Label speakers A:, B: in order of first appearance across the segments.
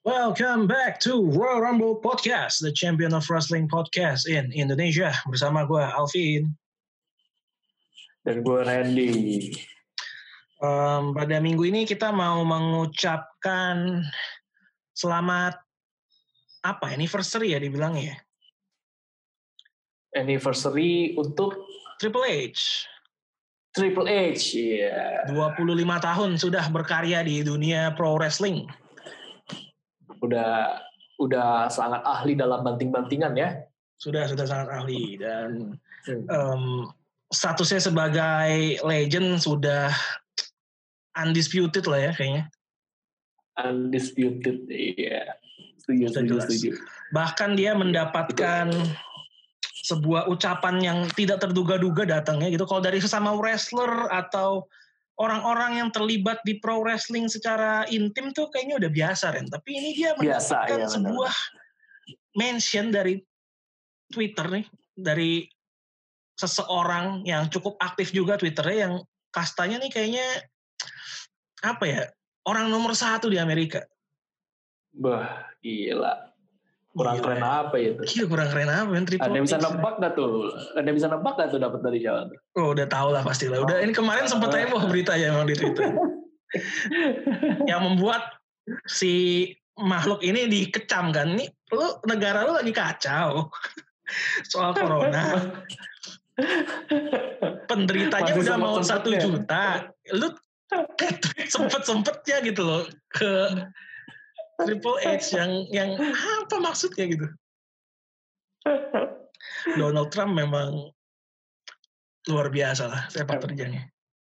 A: Welcome back to Royal Rumble Podcast, the champion of wrestling podcast in Indonesia. Bersama gue Alvin.
B: Dan gue Randy.
A: Pada minggu ini kita mau mengucapkan selamat anniversary ya dibilangnya ya?
B: Anniversary untuk
A: Triple H.
B: Triple H, iya.
A: 25 tahun sudah berkarya di dunia pro wrestling.
B: Udah sangat ahli dalam banting-bantingan ya.
A: Sudah sangat ahli dan statusnya sebagai legend sudah undisputed lah ya kayaknya.
B: Undisputed, iya. Setuju.
A: Bahkan dia mendapatkan sebuah ucapan yang tidak terduga-duga datangnya gitu. Kalau dari sesama wrestler atau orang-orang yang terlibat di pro wrestling secara intim tuh kayaknya udah biasa, Ren. Tapi ini dia mendapatkan sebuah mention dari Twitter nih, dari seseorang yang cukup aktif juga Twitternya, yang kastanya nih kayaknya orang nomor 1 di Amerika.
B: Bah, gila. Kurang keren apa itu?
A: Iya, kurang keren apa yang Triple H.
B: Ada bisa nebak gak tuh dapat dari siapa?
A: Oh, udah tahu lah pasti lah. Udah, ini kemarin sempat heboh beritanya emang di Twitter. Yang membuat si makhluk ini dikecam kan. Nih, negara lu lagi kacau. Soal corona. Penderitanya udah mau 1 juta. Lu sempet-sempetnya gitu loh ke Triple H yang apa maksudnya gitu. Donald Trump memang luar biasa lah sepak terjangnya.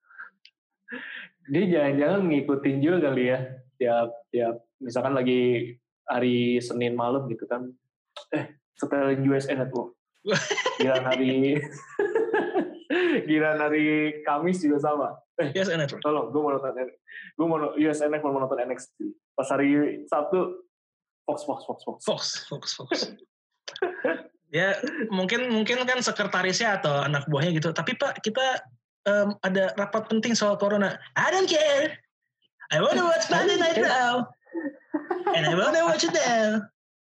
B: Dia jangan-jangan ngikutin juga kali ya. Tiap misalkan lagi hari Senin malam gitu kan. Setelin USA Network. Giliran hari Kamis juga sama.
A: USA Network.
B: Tolong, gue mau USA Network mau nonton NXT. Pas hari Sabtu Fox.
A: Ya mungkin kan sekretarisnya atau anak buahnya gitu. Tapi Pak, kita ada rapat penting soal corona. I don't care. I wanna watch Monday Night Raw. And I wanna watch it now.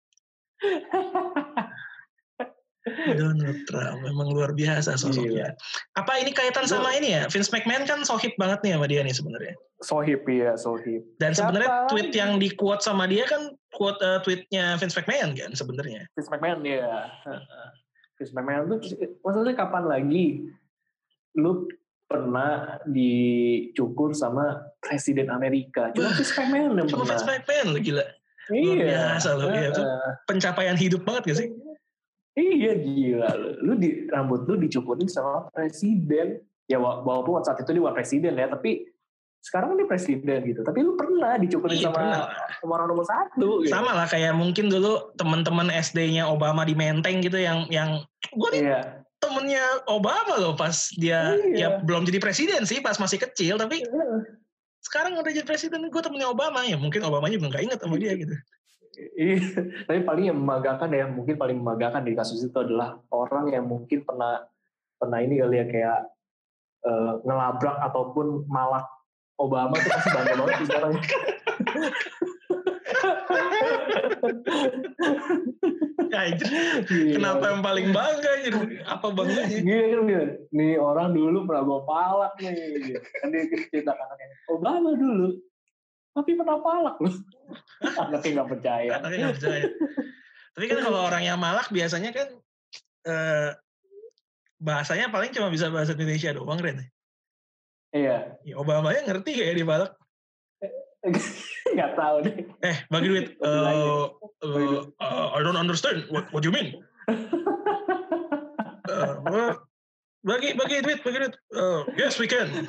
A: Donald Trump memang luar biasa sosoknya. Apa ini kaitan sama ini ya? Vince McMahon kan sohib banget nih sama dia nih sebenarnya.
B: Sohib.
A: Dan sebenarnya tweet yang di quote sama dia kan tweetnya Vince McMahon kan sebenarnya.
B: Vince McMahon ya. Vince McMahon tuh maksudnya kapan lagi lu pernah dicukur sama presiden Amerika? Cuma Vince McMahon yang pernah.
A: Cuma Vince McMahon lo gila. Luar biasa loh ya. Pencapaian hidup banget gak sih?
B: Iya gila, rambut lu dicukurin sama presiden. Ya walaupun saat itu dia bukan presiden ya, tapi sekarang kan dia presiden gitu. Tapi lu pernah dicukurin sama orang nomor 1 gitu.
A: Sama lah kayak mungkin dulu teman-teman SD-nya Obama di Menteng gitu yang gue nih temennya Obama loh pas dia ya belum jadi presiden sih, pas masih kecil, tapi sekarang udah jadi presiden, gue temennya Obama. Ya mungkin Obamanya belum gak inget sama dia gitu.
B: Iya, tapi paling yang memagakan ya, mungkin paling memagakan di kasus itu adalah orang yang mungkin pernah ini kali ya, kayak ngelabrak ataupun malak Obama tuh pasti bangga banget sih sekarang.
A: Kenapa yang paling bangga gitu? Apa bangganya?
B: Gila. Nih orang dulu pernah gue palak nih. Kan dia ceritakan Obama dulu. Tapi pernah malak loh. Anaknya gak percaya.
A: Tapi kan kalau orang yang malak biasanya kan bahasanya paling cuma bisa bahasa Indonesia doang, Ren.
B: Iya.
A: Ya, Obama nya ngerti kayak dia malak.
B: Gak tahu deh.
A: Bagi duit. I don't understand. What do you mean? Bagi duit. Yes, we can.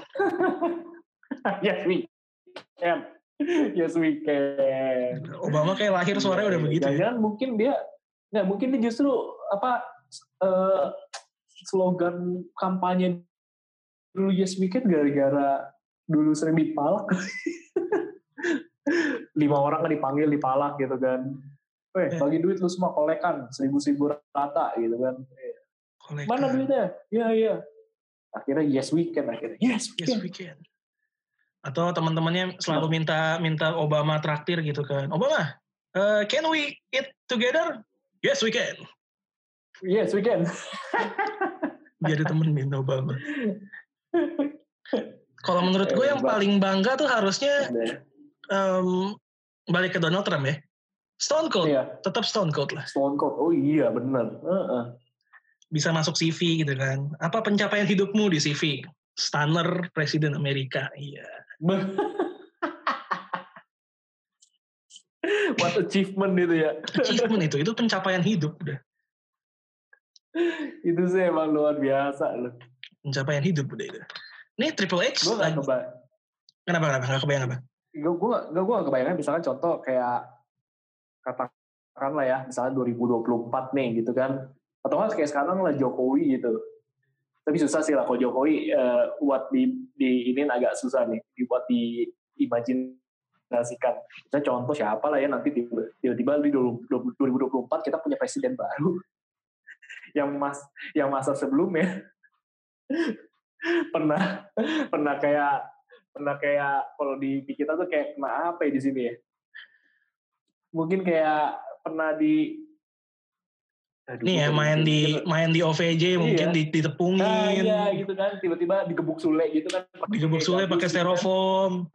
B: Yes, we can.
A: Obama kayak lahir suaranya udah begitu.
B: Jangan mungkin dia justru slogan kampanye dulu Yes We Can gara-gara dulu sering dipalak. 5 orang kan dipanggil dipalak gitu kan. Bagi duit lu semua kolekan 1.000 rata gitu kan. Kolekan. Mana duitnya? Iya. Akhirnya Yes We Can Yes we can. Atau teman-temannya selalu minta Obama traktir gitu kan. Obama,
A: Can we eat together? Yes, we can.
B: Yes, we can.
A: Biar ditemenin Obama. Kalau menurut gue yang paling bangga tuh harusnya balik ke Donald Trump ya. Stone Cold, tetap Stone Cold lah.
B: Stone Cold, oh iya benar.
A: Bisa masuk CV gitu kan. Apa pencapaian hidupmu di CV? Stunner Presiden Amerika, iya.
B: What achievement itu ya.
A: Achievement itu pencapaian hidup udah.
B: Itu sih emang luar biasa loh.
A: Pencapaian hidup udah itu. Nih Triple H.
B: Gue gak kebayang.
A: Kenapa? Gak kebayang apa?
B: Gue gak kebayang misalkan contoh kayak katakanlah ya, misalnya 2024 nih gitu kan. Atau kan kayak sekarang lah Jokowi gitu. Tapi susah sih lah kalau Jokowi buat di ini agak susah nih. Dibuat diimajinasikan. Misalnya contoh siapa lah ya nanti tiba-tiba di 2024 kita punya presiden baru. yang masa sebelumnya pernah kayak kalau di kita tuh kayak kena apa ya di sini ya? Mungkin kayak pernah di
A: nih ya main di OVJ mungkin ditepungin.
B: Nah, iya gitu kan, tiba-tiba digebuk Sule gitu kan.
A: Digebuk Sule pakai styrofoam.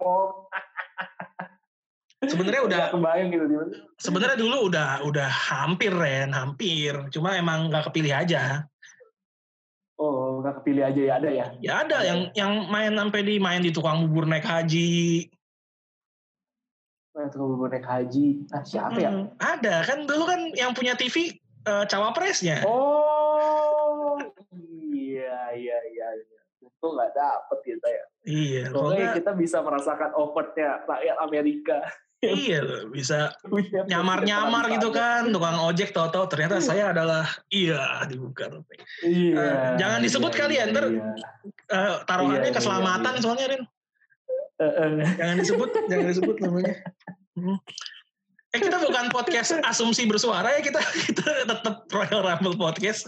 A: Sebenarnya udah
B: kebayang gitu.
A: Sebenarnya dulu udah hampir. Cuma emang nggak kepilih aja.
B: Oh, nggak kepilih aja ya, ada ya?
A: Ya ada yang main sampai main di tukang bubur naik haji.
B: Tukang bubur naik haji. Nah, siapa ya?
A: Ada kan dulu kan yang punya TV cawapresnya.
B: Oh, iya. Untung nggak dapet gitu ya.
A: Iya.
B: Soalnya kita bisa merasakan awkward-nya rakyat Amerika.
A: Iya loh, bisa nyamar gitu kan, tukang ojek tahu-tahu ternyata saya adalah dibuka. Iya. Jangan disebut kalian, ntar taruhannya keselamatan soalnya Rin. Jangan disebut namanya. Kita bukan podcast asumsi bersuara ya, kita tetap Royal Rumble podcast.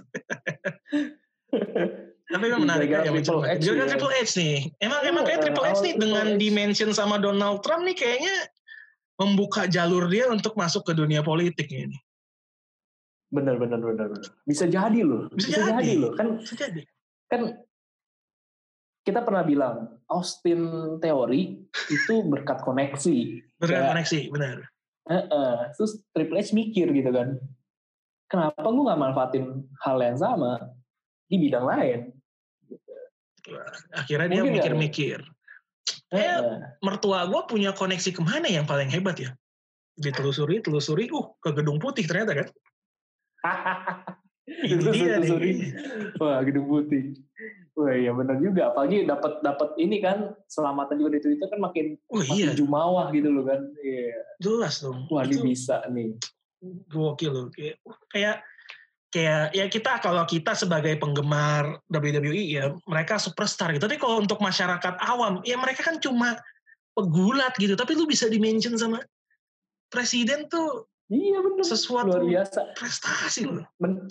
A: Tapi memang menarik ya Triple H nih. Emang kayak Triple H nih dengan dimension sama Donald Trump nih kayaknya membuka jalur dia untuk masuk ke dunia politik ini.
B: Benar. Bisa jadi loh. Kan kita pernah bilang Austin Theory itu berkat koneksi.
A: Benar.
B: Terus Triple H mikir gitu kan. Kenapa gue nggak manfaatin hal yang sama di bidang lain?
A: Akhirnya dia mikir-mikir. Mertua gue punya koneksi kemana yang paling hebat ya? Ditelusuri, ke Gedung Putih ternyata kan? Ini dia nih.
B: Wah, Gedung Putih. Wah, iya benar juga. Apalagi dapat ini kan, selamatan juga di Twitter kan makin jumawah gitu loh kan. Iya.
A: Jelas dong.
B: Wah, ini bisa nih.
A: Gokil loh. Kayak ya kalau kita sebagai penggemar WWE ya mereka superstar gitu. Tapi kalau untuk masyarakat awam ya mereka kan cuma pegulat gitu. Tapi lu bisa dimention sama presiden tuh.
B: Iya benar.
A: Sesuatu
B: luar biasa.
A: Prestasi loh.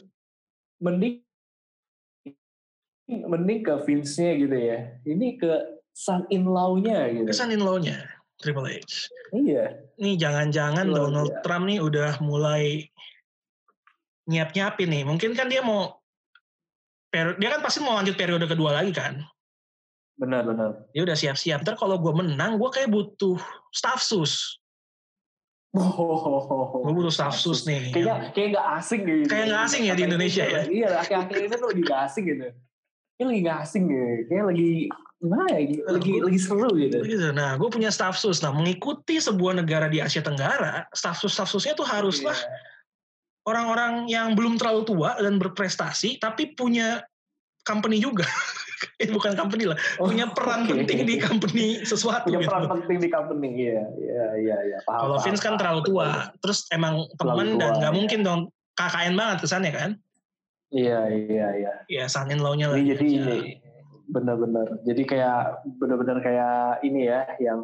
B: Mending ke Vince-nya gitu ya. Ini ke son-in-law-nya gitu.
A: Ke son-in-law-nya Triple H.
B: Iya.
A: Nih jangan-jangan Donald Trump nih udah mulai nyiap-nyiapin nih. Mungkin kan dia kan pasti mau lanjut periode kedua lagi kan.
B: Benar.
A: Dia udah siap-siap. Ntar kalau gue menang, gue kayak butuh staff sus. Gue butuh staff sus nih.
B: Kayak gak asing gitu.
A: Kayak gak asing ya di Indonesia ya.
B: Iya, akhir-akhir ini tuh lagi gak asing gitu. Kayak lagi gak asing gitu. Kayak lagi seru gitu.
A: Nah, gue punya staff sus. Nah, mengikuti sebuah negara di Asia Tenggara, staff susnya tuh haruslah orang-orang yang belum terlalu tua dan berprestasi, tapi punya company juga. Bukan company lah. Punya peran penting di company sesuatu.
B: Punya peran penting di company, iya.
A: Kalau Vince kan terlalu tua. Terus emang teman dan gak mungkin dong KKN banget kesannya kan?
B: Iya.
A: Iya, son-in-law-nya lah.
B: Jadi ini, benar-benar. Jadi kayak, benar-benar kayak ini ya, yang,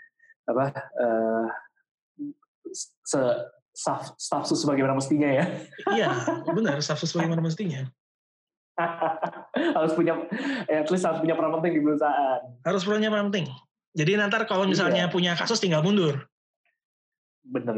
B: staff sus sebagaimana mestinya ya.
A: Iya, benar, staff sus sebagaimana mestinya.
B: Harus punya peran penting di perusahaan.
A: Harus punya peran penting. Jadi nanti kalau misalnya punya kasus tinggal mundur.
B: Bener.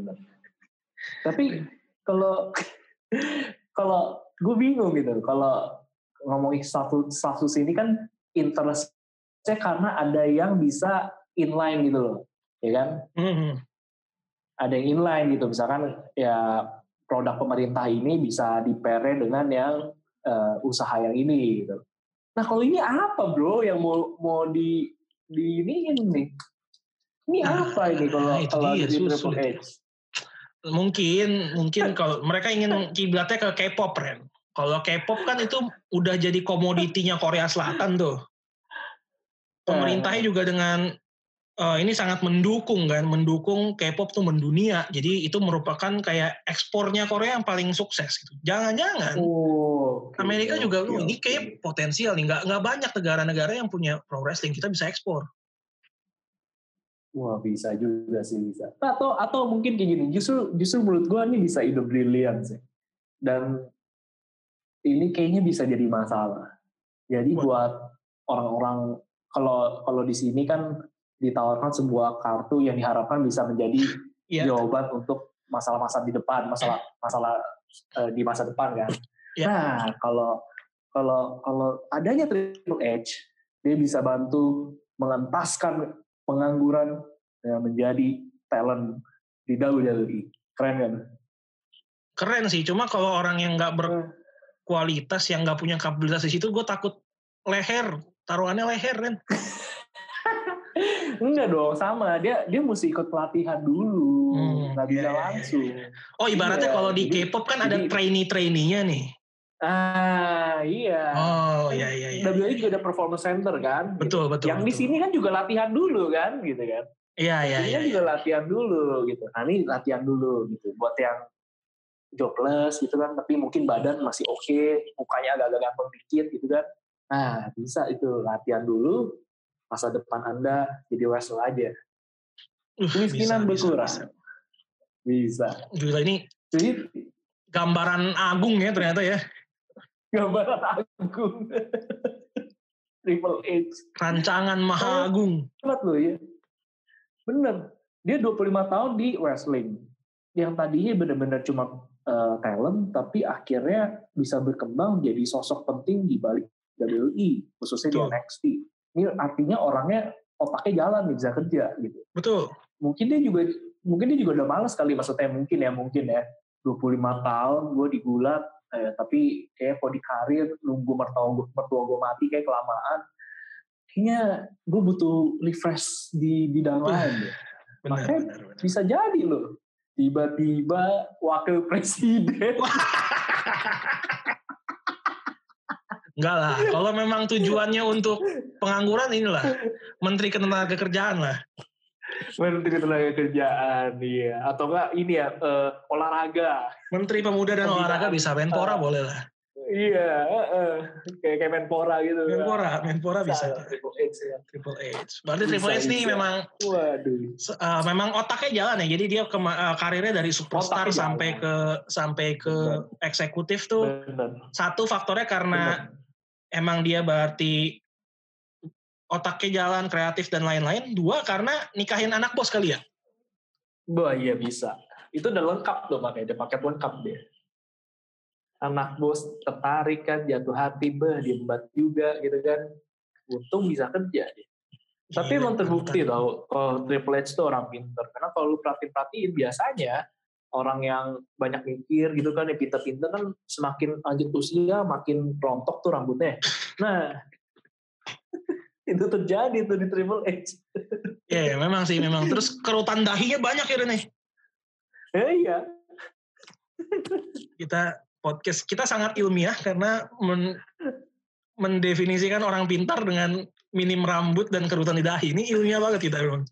B: Tapi kalau gue bingung gitu, kalau ngomongin status ini kan interestnya karena ada yang bisa inline gitu loh, ya kan? Ada yang inline gitu, misalkan ya produk pemerintah ini bisa di-pair dengan yang usaha yang ini gitu. Nah kalau ini apa bro yang mau di ini nih? Ini apa ini kalau
A: dia,
B: di Triple H?
A: Mungkin kalau mereka ingin kiblatnya ke K-pop, Ren. Kalau K-pop kan itu udah jadi komoditinya Korea Selatan tuh. Pemerintahnya juga dengan ini sangat mendukung K-pop tuh mendunia. Jadi itu merupakan kayak ekspornya Korea yang paling sukses gitu. Jangan-jangan Amerika juga ini kayak potensial nih. Nggak banyak negara-negara yang punya pro wrestling, kita bisa ekspor.
B: Wah bisa juga sih, bisa. Atau mungkin kayak gini, justru menurut gue ini bisa ide brilian sih. Dan ini kayaknya bisa jadi masalah. Jadi buat orang-orang, kalau di sini kan ditawarkan sebuah kartu yang diharapkan bisa menjadi jawaban untuk masalah-masalah di depan, masalah di masa depan kan. Nah kalau adanya Triple H, dia bisa bantu mengentaskan pengangguran menjadi talent di WWE. Keren kan?
A: Keren sih, cuma kalau orang yang nggak berkualitas, yang nggak punya kapabilitas di situ, gue takut taruhannya leher kan.
B: Enggak dong, sama. Dia mesti ikut pelatihan dulu, nggak bisa langsung.
A: Oh ibaratnya kalau di K-pop kan ada trainee-trainee-nya nih.
B: Iya.
A: Oh iya.
B: WWE juga ada performance center kan.
A: Betul.
B: Yang di sini kan juga latihan dulu kan, gitu kan.
A: Iya.
B: Ini kan juga latihan dulu gitu. Nah ini latihan dulu gitu. Buat yang jobless gitu kan, tapi mungkin badan masih oke, mukanya agak-agak ganteng dikit gitu kan. Nah bisa itu latihan dulu, masa depan Anda jadi wrestler aja. Kemiskinan berkurang. Bisa.
A: Gila ini.
B: Jadi
A: gambaran agung ya ternyata ya.
B: Gambaran agung. Triple H.
A: Rancangan maha agung.
B: Bener loh ya. Bener. Dia 25 tahun di wrestling. Yang tadinya benar-benar cuma talent, tapi akhirnya bisa berkembang jadi sosok penting di balik WWE, khususnya di NXT. Ini artinya orangnya otaknya jalan nih, bisa kerja gitu.
A: Betul.
B: Mungkin dia juga udah malas kali, maksudnya mungkin ya 25 tahun gue digulat, tapi kayak kalau di karir nunggu mertua gue mati kayak kelamaan. Kayaknya gue butuh refresh di bidang lain deh. Makanya bisa jadi loh, tiba-tiba wakil presiden.
A: Enggak lah, kalau memang tujuannya untuk pengangguran inilah Menteri Ketenagakerjaan lah.
B: Menteri Ketenagakerjaan, iya. Atau enggak ini ya, olahraga.
A: Menteri Pemuda dan Olahraga bisa, Menpora boleh lah.
B: Iya, kayak Menpora gitu.
A: Menpora bisa.
B: Triple H ya.
A: Triple H. Berarti Triple H nih memang, memang otaknya jalan ya. Jadi dia karirnya dari superstar sampai ke eksekutif tuh.
B: Bener.
A: Satu faktornya karena emang dia berarti otaknya jalan, kreatif dan lain-lain. Dua karena nikahin anak bos kali ya.
B: Wah iya bisa. Itu udah lengkap tuh makanya, dia paket lengkap dia. Anak bos tertarik kan, jatuh hati, diembat juga gitu kan. Untung bisa kerja dia. Tapi emang terbukti tau, kalau Triple H itu orang pinter. Karena kalau lu perhatiin biasanya orang yang banyak mikir gitu kan, yang pinter-pinter kan semakin lanjut usia makin rontok tuh rambutnya. Nah, itu terjadi tuh di Triple H.
A: Iya, memang sih, memang. Terus kerutan dahinya banyak ya nih.
B: Iya.
A: Kita sangat ilmiah karena mendefinisikan orang pintar dengan minim rambut dan kerutan di dahi. Ini ilmiah banget kita memang.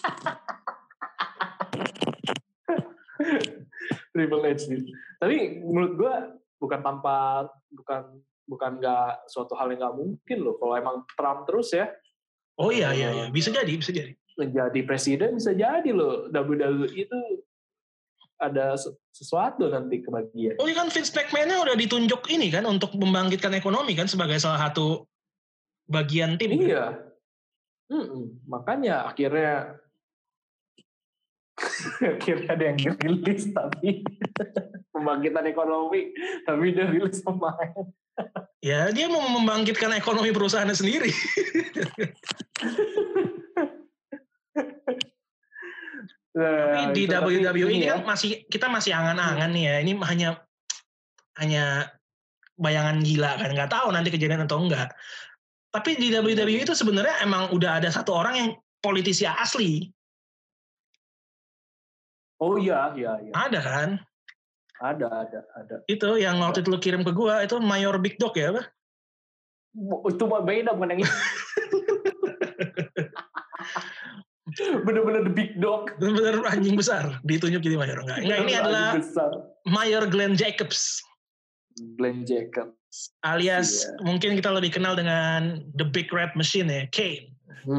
B: Triple H gitu. Tapi menurut gue bukan nggak suatu hal yang nggak mungkin loh. Kalau emang Trump terus ya.
A: Oh iya. Bisa jadi.
B: Menjadi presiden bisa jadi loh. WWE itu ada sesuatu nanti kebagian.
A: Oh iya kan Vince McMahon-nya udah ditunjuk ini kan untuk membangkitkan ekonomi kan sebagai salah satu bagian tim.
B: Iya. Makanya akhirnya Akhirnya ada yang rilis tapi pembangkitan ekonomi, tapi dia rilis pemain.
A: Ya dia mau membangkitkan ekonomi perusahaannya sendiri. Tapi di WWE ini kan kita masih angan-angan nih ya. Ini hanya bayangan gila kan, nggak tahu nanti kejadian atau enggak. Tapi di WWE itu sebenarnya emang udah ada satu orang yang politisi asli.
B: Oh iya.
A: Ada kan?
B: Ada.
A: Itu yang waktu itu lu kirim ke gua, itu Mayor Big Dog ya, apa?
B: Itu beda bukan yang itu. Bener-bener the Big Dog.
A: Bener-bener anjing besar, ditunjuk jadi Mayor. Enggak, ini adalah Mayor Glenn Jacobs.
B: Glenn Jacobs.
A: Alias mungkin kita lebih kenal dengan The Big Red Machine ya, Kane.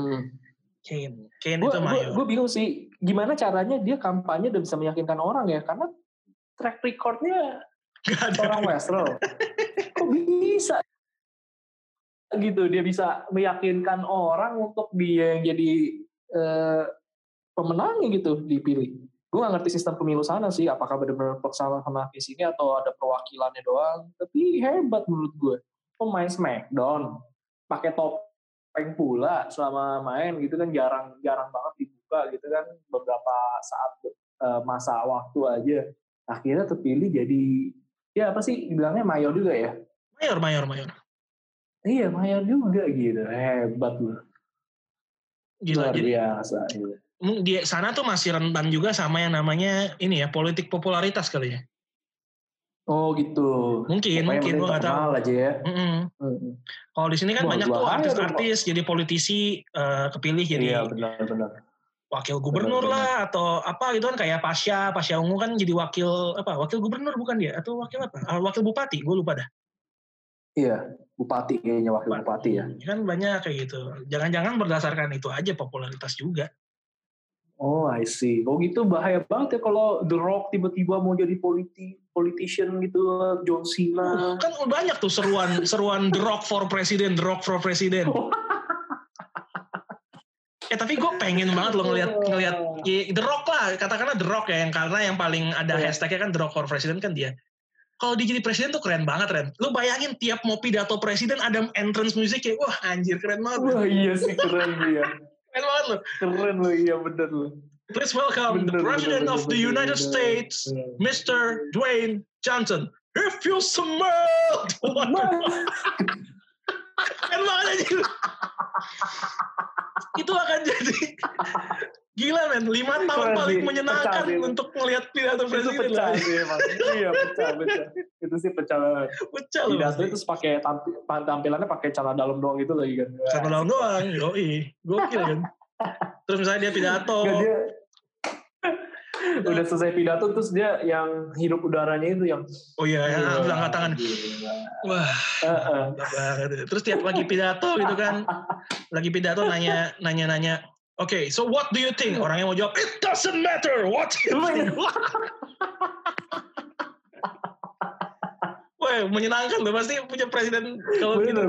A: Kane itu Mayor.
B: Gue bingung sih, gimana caranya dia kampanye udah bisa meyakinkan orang ya, karena track recordnya seorang wrestler. Kok bisa gitu, dia bisa meyakinkan orang untuk dia yang jadi pemenangnya gitu dipilih. Gue gak ngerti sistem pemilu sana sih, apakah benar-benar sama di sini atau ada perwakilannya doang. Tapi hebat menurut gue. Pemain SmackDown pakai topeng pula selama main gitu kan, jarang banget dibuka gitu kan, beberapa saat masa waktu aja. Akhirnya terpilih jadi ya apa sih dibilangnya, mayor juga ya?
A: Mayor.
B: Iya, mayor juga gitu. Hebat loh.
A: Gila,
B: luar biasa. Gitu.
A: Di sana tuh masih rentan juga sama yang namanya ini ya, politik popularitas kali ya.
B: Oh gitu.
A: Mungkin gue nggak tahu.
B: Aja ya.
A: Kalau di sini kan banyak tuh artis-artis jadi politisi, kepilih jadi
B: benar.
A: wakil gubernur lah atau apa gitu kan, kayak Pasha Ungu kan jadi wakil gubernur bukan dia, atau wakil apa? Wakil bupati, gue lupa dah.
B: Iya, bupati kayaknya, wakil bupati ya.
A: Kan banyak kayak gitu. Jangan-jangan berdasarkan itu aja popularitas juga.
B: Oh, I see. Oh gitu, bahaya banget ya kalau The Rock tiba-tiba mau jadi politician gitu, John Cena.
A: Kan banyak tuh seruan The Rock for President. Tapi gue pengen banget lo ngelihat The Rock lah, katakanlah The Rock ya, karena yang paling ada hashtagnya kan The Rock for President kan dia. Kalau dia jadi presiden tuh keren banget, Ren. Lu bayangin tiap mau pidato presiden ada entrance music ya, wah anjir keren banget.
B: Wah iya sih, keren dia.
A: Keren banget loh.
B: Keren loh, iya bener loh.
A: Please welcome the President of the United States, Mr. Dwayne Johnson. If you smell, keren banget aja. Itu akan jadi gila men, 5 tahun paling menyenangkan untuk melihat pidato presiden.
B: Itu pecah sih emang. Iya pecah. Itu sih pecah banget. Pidato itu pakai tampilannya pakai celana dalam doang gitu lagi kan.
A: Celana dalam doang, yoi. Gokil kan. Terus misalnya dia pidato.
B: Udah selesai pidato terus dia yang hirup udaranya itu yang. Oh iya,
A: yang angkat tangan. Wah. Banget. Terus tiap lagi pidato gitu kan. Lagi pidato nanya. Okay, so what do you think? Orangnya mau jawab, it doesn't matter what you think. Wah, menyenangkan loh. Pasti punya presiden kalau
B: bener.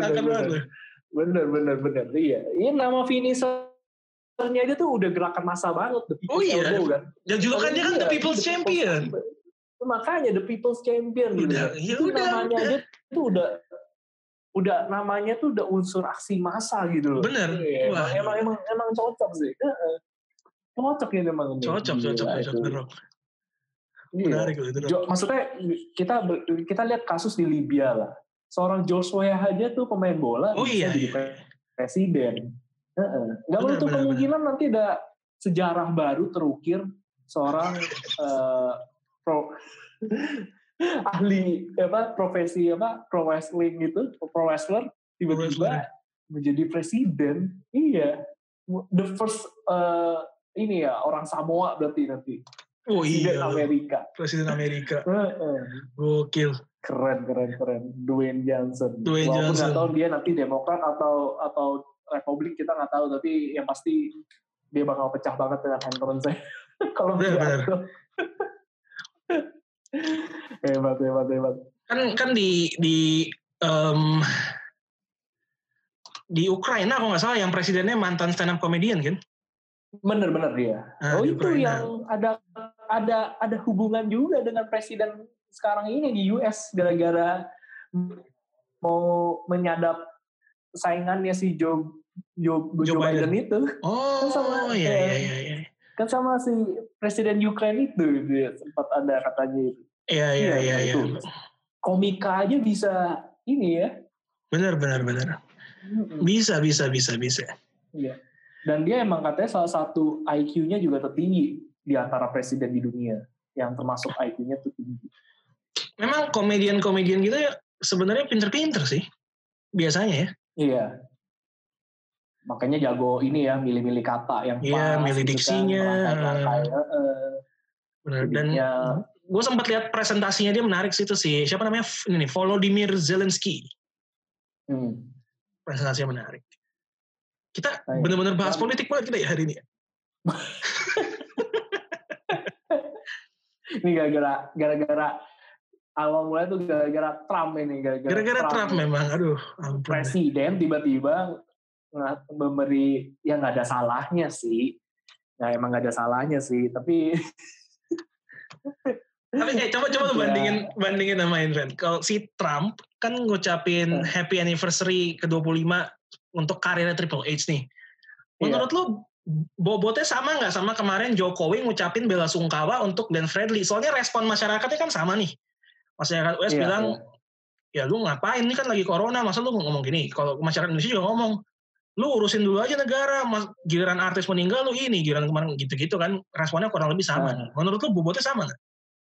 B: Iya. Ini nama finishernya aja tuh udah gerakan massa banget.
A: Kan? Dan julukannya kan The People's Champion.
B: Makanya The People's Champion. Namanya aja tuh udah namanya tuh udah unsur aksi massa gitu loh.
A: Bener.
B: Emang cocok sih. Cocok ya memang.
A: Cocok The Rock. Menarik loh.
B: Maksudnya kita lihat kasus di Libya lah. Seorang Joshua aja tuh pemain bola bisa jadi presiden. Nggak menutup kemungkinan nanti ada sejarah baru terukir seorang ahli profesi pro wrestling gitu, pro wrestler tiba-tiba menjadi presiden. Iya, the first orang Samoa berarti nanti.
A: Oh
B: Presiden Amerika.
A: Gokil.
B: Keren. Dwayne Johnson. Walaupun nggak tahu dia nanti Demokrat atau Republik, kita nggak tahu, tapi yang pasti dia bakal pecah banget dengan entrance-nya. Kalau benar. Hebat.
A: Kan di Ukraina kalau nggak salah yang presidennya mantan stand up comedian kan?
B: Bener-bener dia.
A: Di
B: Itu
A: Ukraina.
B: yang ada hubungan juga dengan presiden sekarang ini di US gara-gara mau menyadap saingannya si
A: Joe
B: Joe Biden
A: Biden.
B: itu. Kan sama
A: Iya.
B: kan sama si presiden Ukraina itu dia sempat ada katanya itu.
A: Iya.
B: Itu komika aja bisa ini ya.
A: Benar. Bisa.
B: Iya. Dan dia emang katanya salah satu IQ-nya juga tertinggi di antara presiden di dunia, yang termasuk IQ-nya tuh tinggi.
A: Memang komedian gitu ya sebenarnya pinter-pinter sih biasanya ya.
B: Iya. Makanya jago ini ya, milih-milih kata yang pas,
A: milih
B: gitu
A: diksinya.
B: kan, rangkai.
A: Benar. Dan gue sempat lihat presentasinya dia menarik sih itu sih. Siapa namanya? Ini Volodymyr Zelensky. Presentasinya menarik. Kita benar-benar bahas politik banget kita ya hari ini.
B: Ini gara-gara awal mulai tuh gara-gara Trump ini.
A: Gara-gara Trump memang, aduh. Ampun.
B: Presiden tiba-tiba memberi, ya nggak ada salahnya sih. Nah emang nggak ada salahnya sih, tapi...
A: Tapi coba lu bandingin sama Indra. Kalau si Trump kan ngucapin happy anniversary ke-25 untuk karirnya Triple H nih. Menurut lu bobotnya sama nggak sama kemarin Jokowi ngucapin bela sungkawa untuk Glenn Fredly? Soalnya respon masyarakatnya kan sama nih. Masyarakat US bilang, ya lu ngapain, ini kan lagi corona, masa lu ngomong gini? Kalau masyarakat Indonesia juga ngomong, lu urusin dulu aja negara, giliran artis meninggal lu ini, giliran kemarin gitu-gitu kan, responnya kurang lebih sama. Menurut lu bobotnya sama nggak?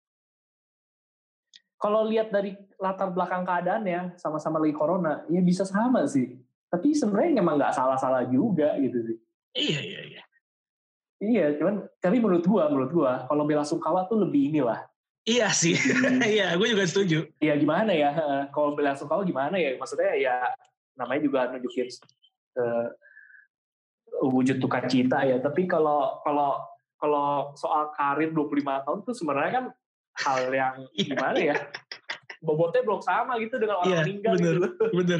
B: Kalau lihat dari latar belakang keadaannya, sama-sama lagi corona, ya bisa sama sih. Tapi sebenarnya emang nggak salah-salah juga gitu sih.
A: Iya.
B: Iya, tapi menurut gua, kalau bela sungkawa tuh lebih inilah.
A: Iya sih, iya, gue juga setuju.
B: Iya gimana ya, kalau bela sungkawa gimana ya? Maksudnya ya namanya juga nunjukin wujud duka cita ya. Tapi kalau soal karir 25 tahun tuh sebenarnya kan hal yang gimana ya? Bobotnya belum sama gitu dengan orang meninggal.
A: Bener.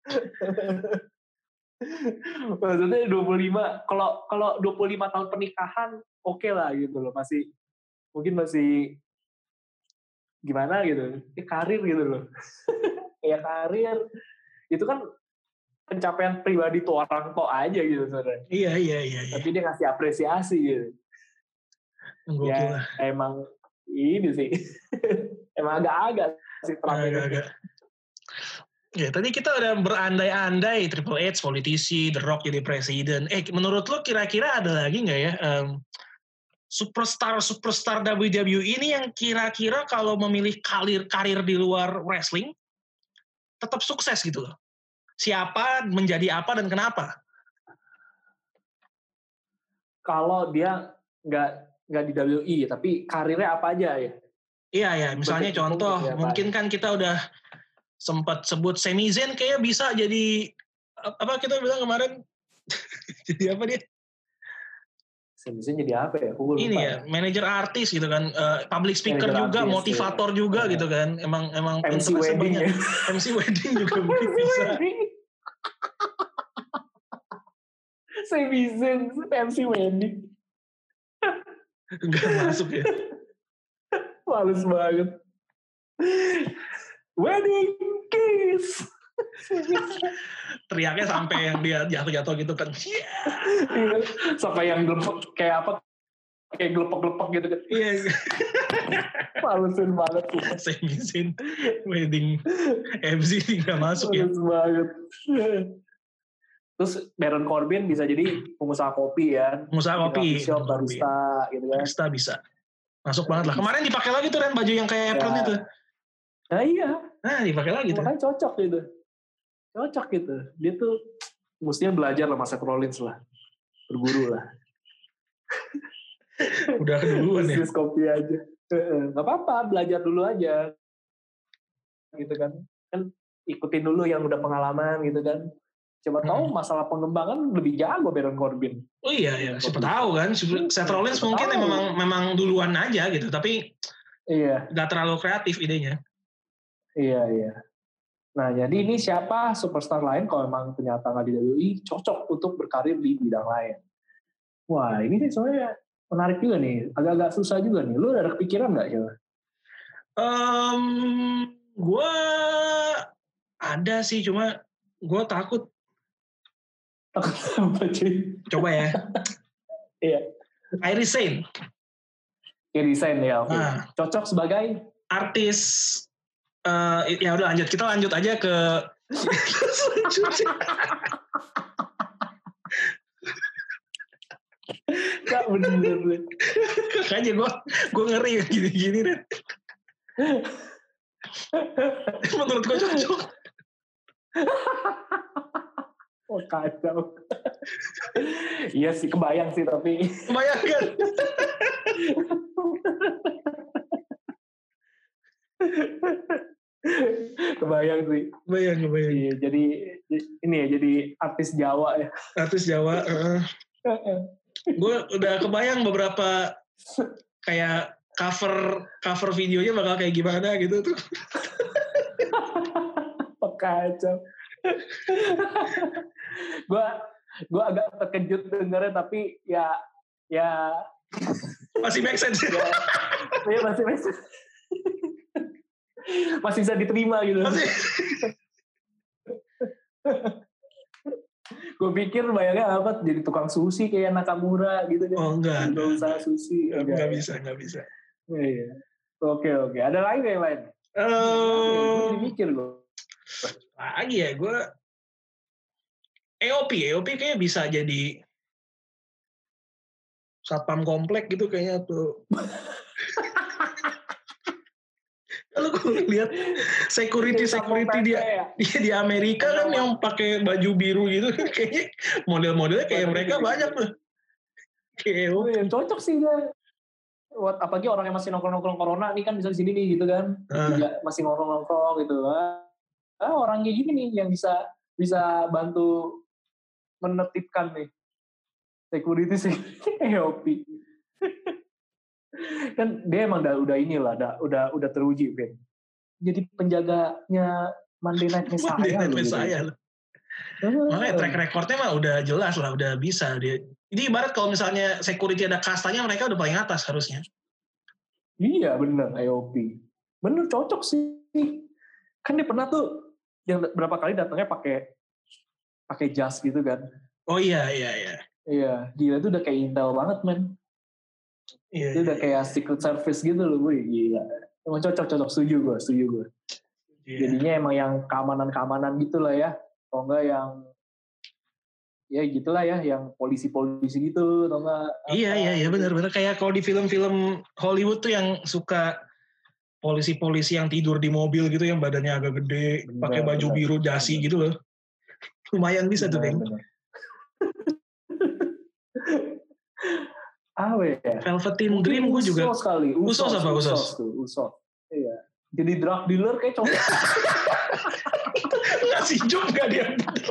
B: Maksudnya 25, kalau 25 tahun pernikahan oke lah gitu loh, masih gimana gitu, karir gitu loh. Ya karir itu kan pencapaian pribadi tuh orang tok aja gitu sebenarnya.
A: Iya.
B: Tapi dia ngasih apresiasi gitu.
A: Gokil lah.
B: Emang ini sih. Emang agak-agak sih
A: agak. Ya, tadi kita udah berandai-andai Triple H, politisi, The Rock jadi presiden. Menurut lo kira-kira ada lagi nggak ya superstar WWE ini yang kira-kira kalau memilih karir di luar wrestling tetap sukses gitu loh? Siapa, menjadi apa, dan kenapa?
B: Kalau dia nggak di WWE, tapi karirnya apa aja ya?
A: Iya, misalnya contoh, mungkin kan kita udah sempat sebut Sami Zayn kayaknya bisa jadi, apa kita bilang kemarin, jadi apa dia?
B: Sami Zayn jadi apa ya?
A: Ini ya, manajer artis gitu kan, public speaker juga, motivator juga gitu kan, emang
B: MC wedding ya.
A: MC wedding juga mungkin bisa.
B: Sami Zayn MC wedding.
A: Enggak masuk ya.
B: Males banget. Wedding kiss.
A: Teriaknya sampai yang dia jatuh-jatuh gitu kan.
B: Yeah. Sampai yang kayak apa? Kayak gelepek-gelepek gitu kan.
A: Iya.
B: Malesin banget sih.
A: Sami Zayn wedding MC nggak masuk ya.
B: Males banget. Terus Baron Corbin bisa jadi pengusaha kopi ya.
A: Pengusaha kopi.
B: Shop, barista gitu kan.
A: Barista bisa. Masuk banget lah. Kemarin dipakai lagi tuh Ren, baju yang kayak apron itu.
B: Nah iya.
A: Nah dipakai lagi tuh.
B: Makanya cocok gitu. Dia tuh mestinya belajar lah Seth Rollins lah. Berguru lah.
A: Udah keduluan ya.
B: Bisnis kopi aja. Gak apa-apa, belajar dulu aja. Gitu kan. Kan ikutin dulu yang udah pengalaman gitu kan. Coba tahu masalah pengembangan lebih jago Baron Corbin.
A: Oh iya, siapa tahu kan. Seth Rollins mungkin memang duluan aja gitu, tapi nggak terlalu kreatif idenya.
B: Iya. Nah, jadi ini siapa superstar lain kalau memang ternyata nggak di WWE cocok untuk berkarir di bidang lain. Wah, ini sih soalnya menarik juga nih. Agak-agak susah juga nih. Lu ada kepikiran nggak, Cil?
A: Gue ada sih, cuma gue takut.
B: Apa cuy?
A: Coba ya.
B: Iya.
A: Kairi Sane.
B: Kayak desain ya, oke.
A: Nah,
B: Cocok sebagai
A: artis. Ya udah lanjut. Kita lanjut aja ke selanjutnya.
B: Kak, bener-bener.
A: Makanya gue ngeri gini-gini deh. Menurut gue cocok.
B: Oh, kacau. Iya sih, kebayang sih tapi.
A: Kebayangkan.
B: Kebayang sih.
A: Kebayang.
B: Iya, jadi ini ya, jadi artis Jawa ya.
A: Artis Jawa. Gue udah kebayang beberapa kayak cover videonya bakal kayak gimana gitu tuh.
B: Kacau. Gue agak terkejut dengarnya, tapi ya
A: masih make sense.
B: Ya masih make sense. Masih bisa diterima gitu. Gue pikir bayangnya apa, jadi tukang sushi kayak Nakamura gitu.
A: Oh enggak.
B: Usaha sushi.
A: Enggak bisa.
B: Iya. Oke. Ada lain yang lain? Gue mikir gue.
A: Lagi ya, gue EOP kayaknya bisa jadi satpam komplek gitu kayaknya tuh. Kalau gue lihat security dia di Amerika kan yang pakai baju biru gitu, kayaknya model-modelnya kayak mereka banyak tuh.
B: Kayak cocok sih dia. Apalagi orang yang masih nongkrong corona nih kan bisa di sini nih gitu kan. Masih nongkrong gitu. Orang kayak gini nih yang bisa bantu menertibkan nih security EOP. Kan dia emang udah inilah, udah teruji, Ben. Jadi penjaganya Monday Night Messiah.
A: Makanya track recordnya mah udah jelas lah, udah bisa dia. Jadi ibarat kalau misalnya security ada kastanya, mereka udah paling atas harusnya.
B: Iya bener, EOP. Bener, cocok sih. Kan dia pernah tuh yang berapa kali datangnya pakai jas gitu kan.
A: Oh iya.
B: Iya, gila itu udah kayak Intel banget, men.
A: Iya.
B: Itu udah kayak Secret Service gitu loh, gue gila. Emang cocok, setuju gue. Iya. Jadinya emang yang keamanan gitu lah ya. Atau enggak yang ya gitulah ya, yang polisi-polisi gitu, atau enggak.
A: Iya, benar. Kayak kalau di film-film Hollywood tuh yang suka polisi-polisi yang tidur di mobil gitu, yang badannya agak gede, pakai baju biru dasi gitu loh. Lumayan bisa tuh, Bang.
B: Ya?
A: Velveteen Dream gue juga.
B: Usos. Iya. Jadi drug dealer kayak cocok.
A: Ngasih job gak dia?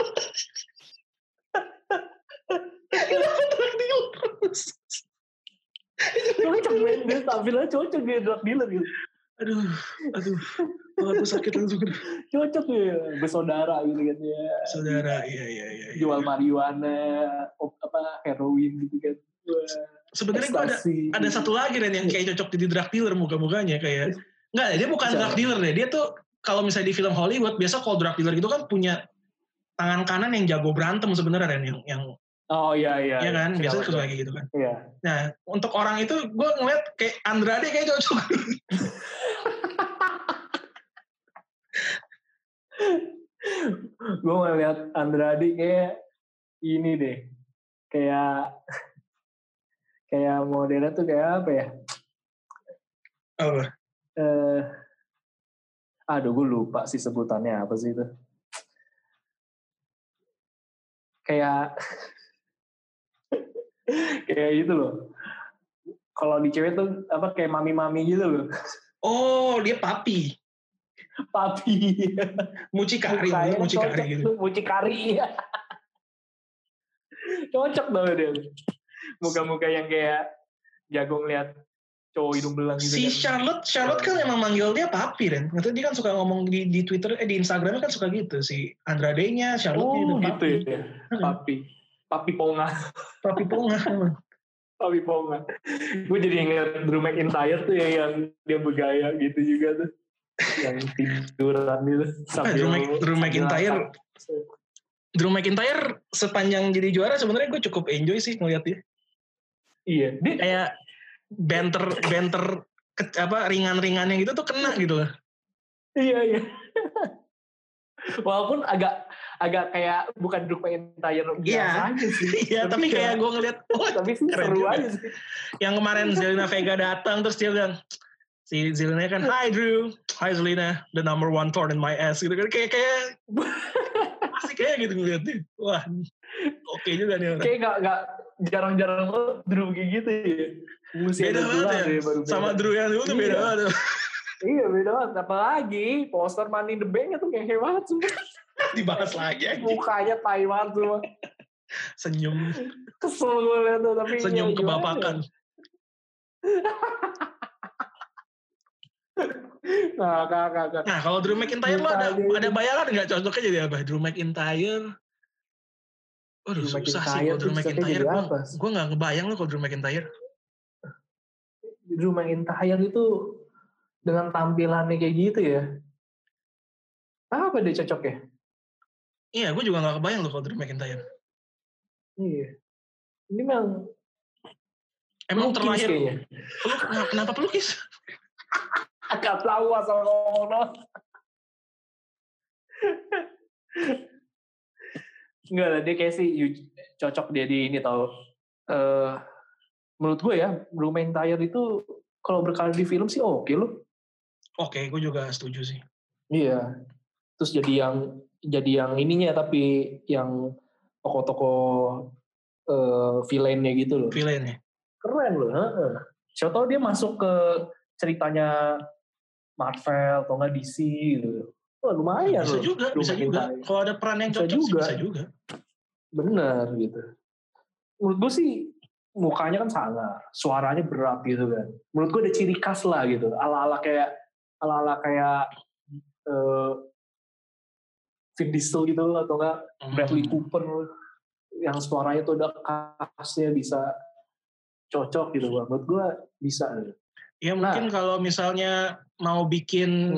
A: Kenapa drug dealer?
B: Cocok, men. Dia tampilannya cocok dia drug dealer gitu.
A: Aduh. Aku sakit langsung.
B: Cocok ya, bersaudara gitu kan ya.
A: Saudara, iya.
B: Jual marijuana, heroin gitu kan.
A: Sebenarnya gue ada satu lagi Ren yang kayak cocok jadi drug dealer muka-mukanya kayak. Enggak, dia bukan drug dealer deh. Dia tuh kalau misalnya di film Hollywood biasa kalau drug dealer gitu kan punya tangan kanan yang jago berantem sebenarnya Ren yang
B: oh iya.
A: Iya kan, biasanya suka kayak gitu kan.
B: Iya.
A: Nah, untuk orang itu gue ngeliat kayak Andrade kayak cocok.
B: Gue ngeliat Andrade kayak ini deh. Kayak modelnya tuh kayak apa ya?
A: Apa?
B: Aduh, gue lupa sih sebutannya apa sih itu. Kayak gitu loh. Kalau di cewek tuh apa kayak mami-mami gitu loh.
A: Oh, dia papi. Mucikari gitu.
B: Mucikari. Cocok banget dia. Muka-muka yang kayak jago ngeliat cowok hidung belang gitu.
A: Si kan. Charlotte kan emang manggil dia papi Ren. Ngerti dia kan suka ngomong di Twitter, di Instagramnya kan suka gitu. Si Andrade-nya, Charlotte-nya
B: gitu papi. Ya? Papi. Papi Ponga.
A: Papi Ponga.
B: Papi Ponga. Gue jadi ingat Drew McIntyre tuh ya, yang dia bergaya gitu juga tuh. Yang tiduran gitu.
A: Drew McIntyre sepanjang jadi juara sebenarnya gue cukup enjoy sih ngeliatnya.
B: Iya. Dia
A: kayak banter ringan-ringannya gitu tuh kena gitu loh.
B: Iya. Walaupun agak kayak bukan Drew McIntyre biasa aja sih.
A: Iya, tapi kayak gue ngeliat,
B: tapi sih seru aja sih.
A: Yang kemarin Zelina Vega datang terus dia bilang, si Zelina kan, "Hi Drew, hi Zelina, the number one thorn in my ass," gitu kan, kayak asik kayak gitu ngeliatnya. Wah, oke juga nih orang.
B: Kayak nggak jarang-jarang lo Drew kayak gitu ya.
A: Beda banget ya, sama Drew yang dulu tuh beda banget.
B: Iya beda banget, apalagi poster Money in the Bank itu kayak banget semua.
A: Dibahas lagi aja.
B: Mukanya tai banget semua.
A: Senyum.
B: Kesel gue liat tuh, tapi
A: senyum kebapakan. Nah, kalau Drew McIntyre lo ada bayangan nggak cocoknya jadi apa? Drew McIntyre. Waduh, susah sih kalau Drew McIntyre. Gue nggak ngebayang lo kalau Drew McIntyre.
B: Drew McIntyre itu dengan tampilannya kayak gitu ya. Apa dia cocok ya?
A: Iya, gue juga nggak kebayang lo kalau Drew McIntyre.
B: Iya. Ini
A: emang
B: pelukis
A: terlahir
B: kayaknya.
A: Kenapa pelukis?
B: Agak tahu asal ngomong. Enggak lah, dia kayak sih cocok dia di ini tau. Menurut gue ya, Drew McIntyre itu kalau berkarir di film sih oke loh.
A: Oke, gue juga setuju sih.
B: Iya. Terus jadi yang ininya, tapi yang tokoh-tokoh villainnya gitu loh.
A: Villainnya.
B: Keren loh. Siapa tahu dia masuk ke ceritanya Marvel atau nggak DC gitu. Wah, lumayan
A: bisa
B: loh.
A: Bisa juga. Kalau ada peran yang cocok sih bisa juga. Bener
B: gitu. Menurut gue sih mukanya kan sangar, suaranya berat gitu kan. Menurut gue ada ciri khas lah gitu. Ala-ala kayak Vin Diesel gitu atau enggak Bradley Cooper yang suaranya tuh udah khasnya, bisa cocok gitu. Menurut gue bisa.
A: Ya mungkin kalau misalnya mau bikin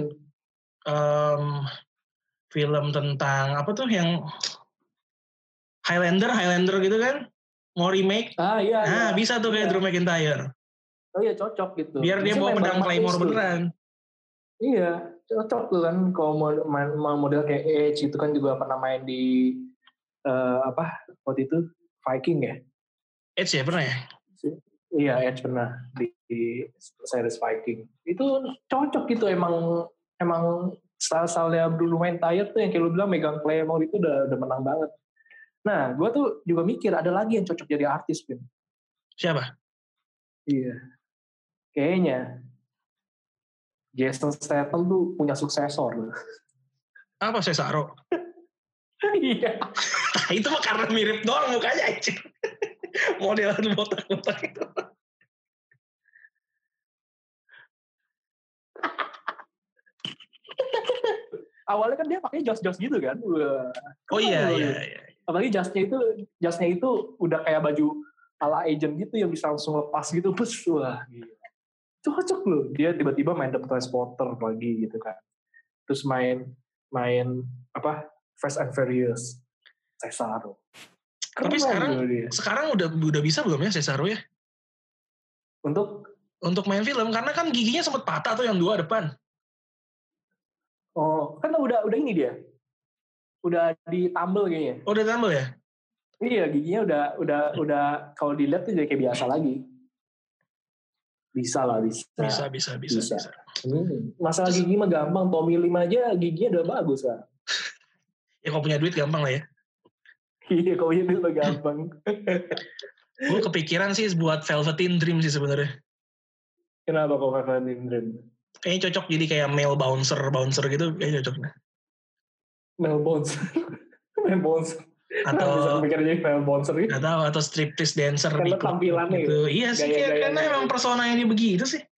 A: film tentang apa tuh yang Highlander gitu kan, mau remake,
B: iya.
A: Bisa tuh kayak Drew McIntyre.
B: Oh iya, cocok gitu.
A: Biar dia bawa pedang Claymore beneran.
B: Iya, cocok tuh kan kalau model kayak Edge itu kan juga pernah main di waktu itu Viking ya?
A: Edge ya pernah ya?
B: Iya, Edge pernah di series Viking. Itu cocok gitu, emang style-stylenya Drew McIntyre tuh yang kayak lu bilang megang Claymore itu udah menang banget. Nah, gue tuh juga mikir ada lagi yang cocok jadi artis, Vin.
A: Siapa?
B: Iya. Kayaknya Jason Statham tuh punya suksesor.
A: Apa Cesaro?
B: Iya.
A: Itu mah karena mirip doang mukanya aja. Modelan botak-botak itu.
B: Awalnya kan dia pakai jas gitu kan.
A: Oh iya.
B: Apalagi jasnya itu udah kayak baju ala agent gitu yang bisa langsung lepas gitu. Wah, gila. Cocok loh. Dia tiba-tiba main The Transporter lagi gitu kan. Terus main Fast and Furious. Cesaro.
A: Tapi sekarang udah bisa belum ya Cesaro ya? Untuk main film, karena kan giginya sempat patah tuh yang 2 depan.
B: Oh, kan udah ini dia. Udah ditambel kayaknya.
A: Oh, udah tambel ya?
B: Iya, giginya udah kalau dilihat tuh jadi kayak biasa lagi. Bisa lah, bisa. Masalah gigi mah gampang. Tommy Lim aja giginya udah bagus kan.
A: Ya kalau punya duit gampang lah ya.
B: Iya, kalau punya duit mah gampang.
A: Gue kepikiran sih buat Velveteen Dream sih sebenarnya.
B: Kenapa kok Velveteen Dream?
A: Kayaknya cocok jadi kayak male bouncer gitu, kayaknya cocok.
B: Male bouncer.
A: Atau
B: mikirnya male bouncer gitu.
A: Atau striptease dancer
B: karena tampilannya
A: gitu. Iya sih, karena emang persona yang dia begitu sih.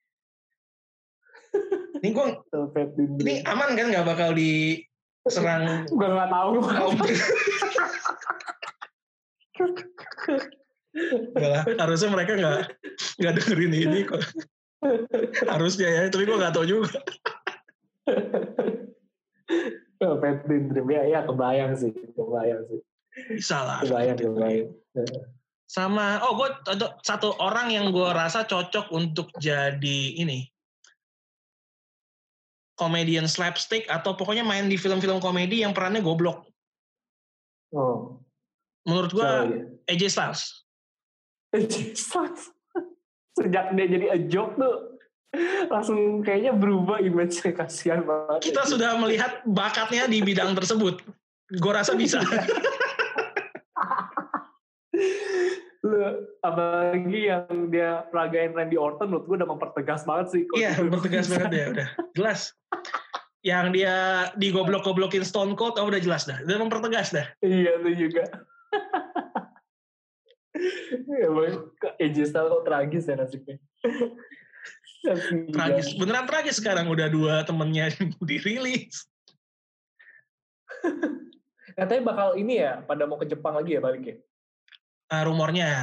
A: Ini aman kan, nggak bakal diserang?
B: Gue nggak tahu.
A: Enggak lah, harusnya mereka nggak dengerin ini kok. Harusnya ya, tapi gue nggak tahu juga.
B: Pipe dream ya kebayang sih.
A: Bisa lah.
B: Kebayang.
A: Sama, gue ada satu orang yang gue rasa cocok untuk jadi ini komedian slapstick atau pokoknya main di film-film komedi yang perannya goblok.
B: Oh.
A: Menurut gue AJ Styles.
B: Sejak dia jadi a joke tuh langsung kayaknya berubah image-nya, kasihan banget.
A: Kita sudah melihat bakatnya di bidang tersebut. Gue rasa bisa.
B: Apalagi yang dia peragain Randy Orton, menurut gue udah mempertegas banget sih.
A: Iya, mempertegas banget ya, udah jelas. Yang dia digoblok-goblokin Stone Cold, udah jelas dah. Udah mempertegas dah.
B: Iya, itu juga. AJ Styles kok tragis ya nasibnya.
A: Tragis, beneran tragis sekarang. Udah 2 temennya dirilis.
B: Katanya bakal ini ya, pada mau ke Jepang lagi ya balik ya?
A: Rumornya.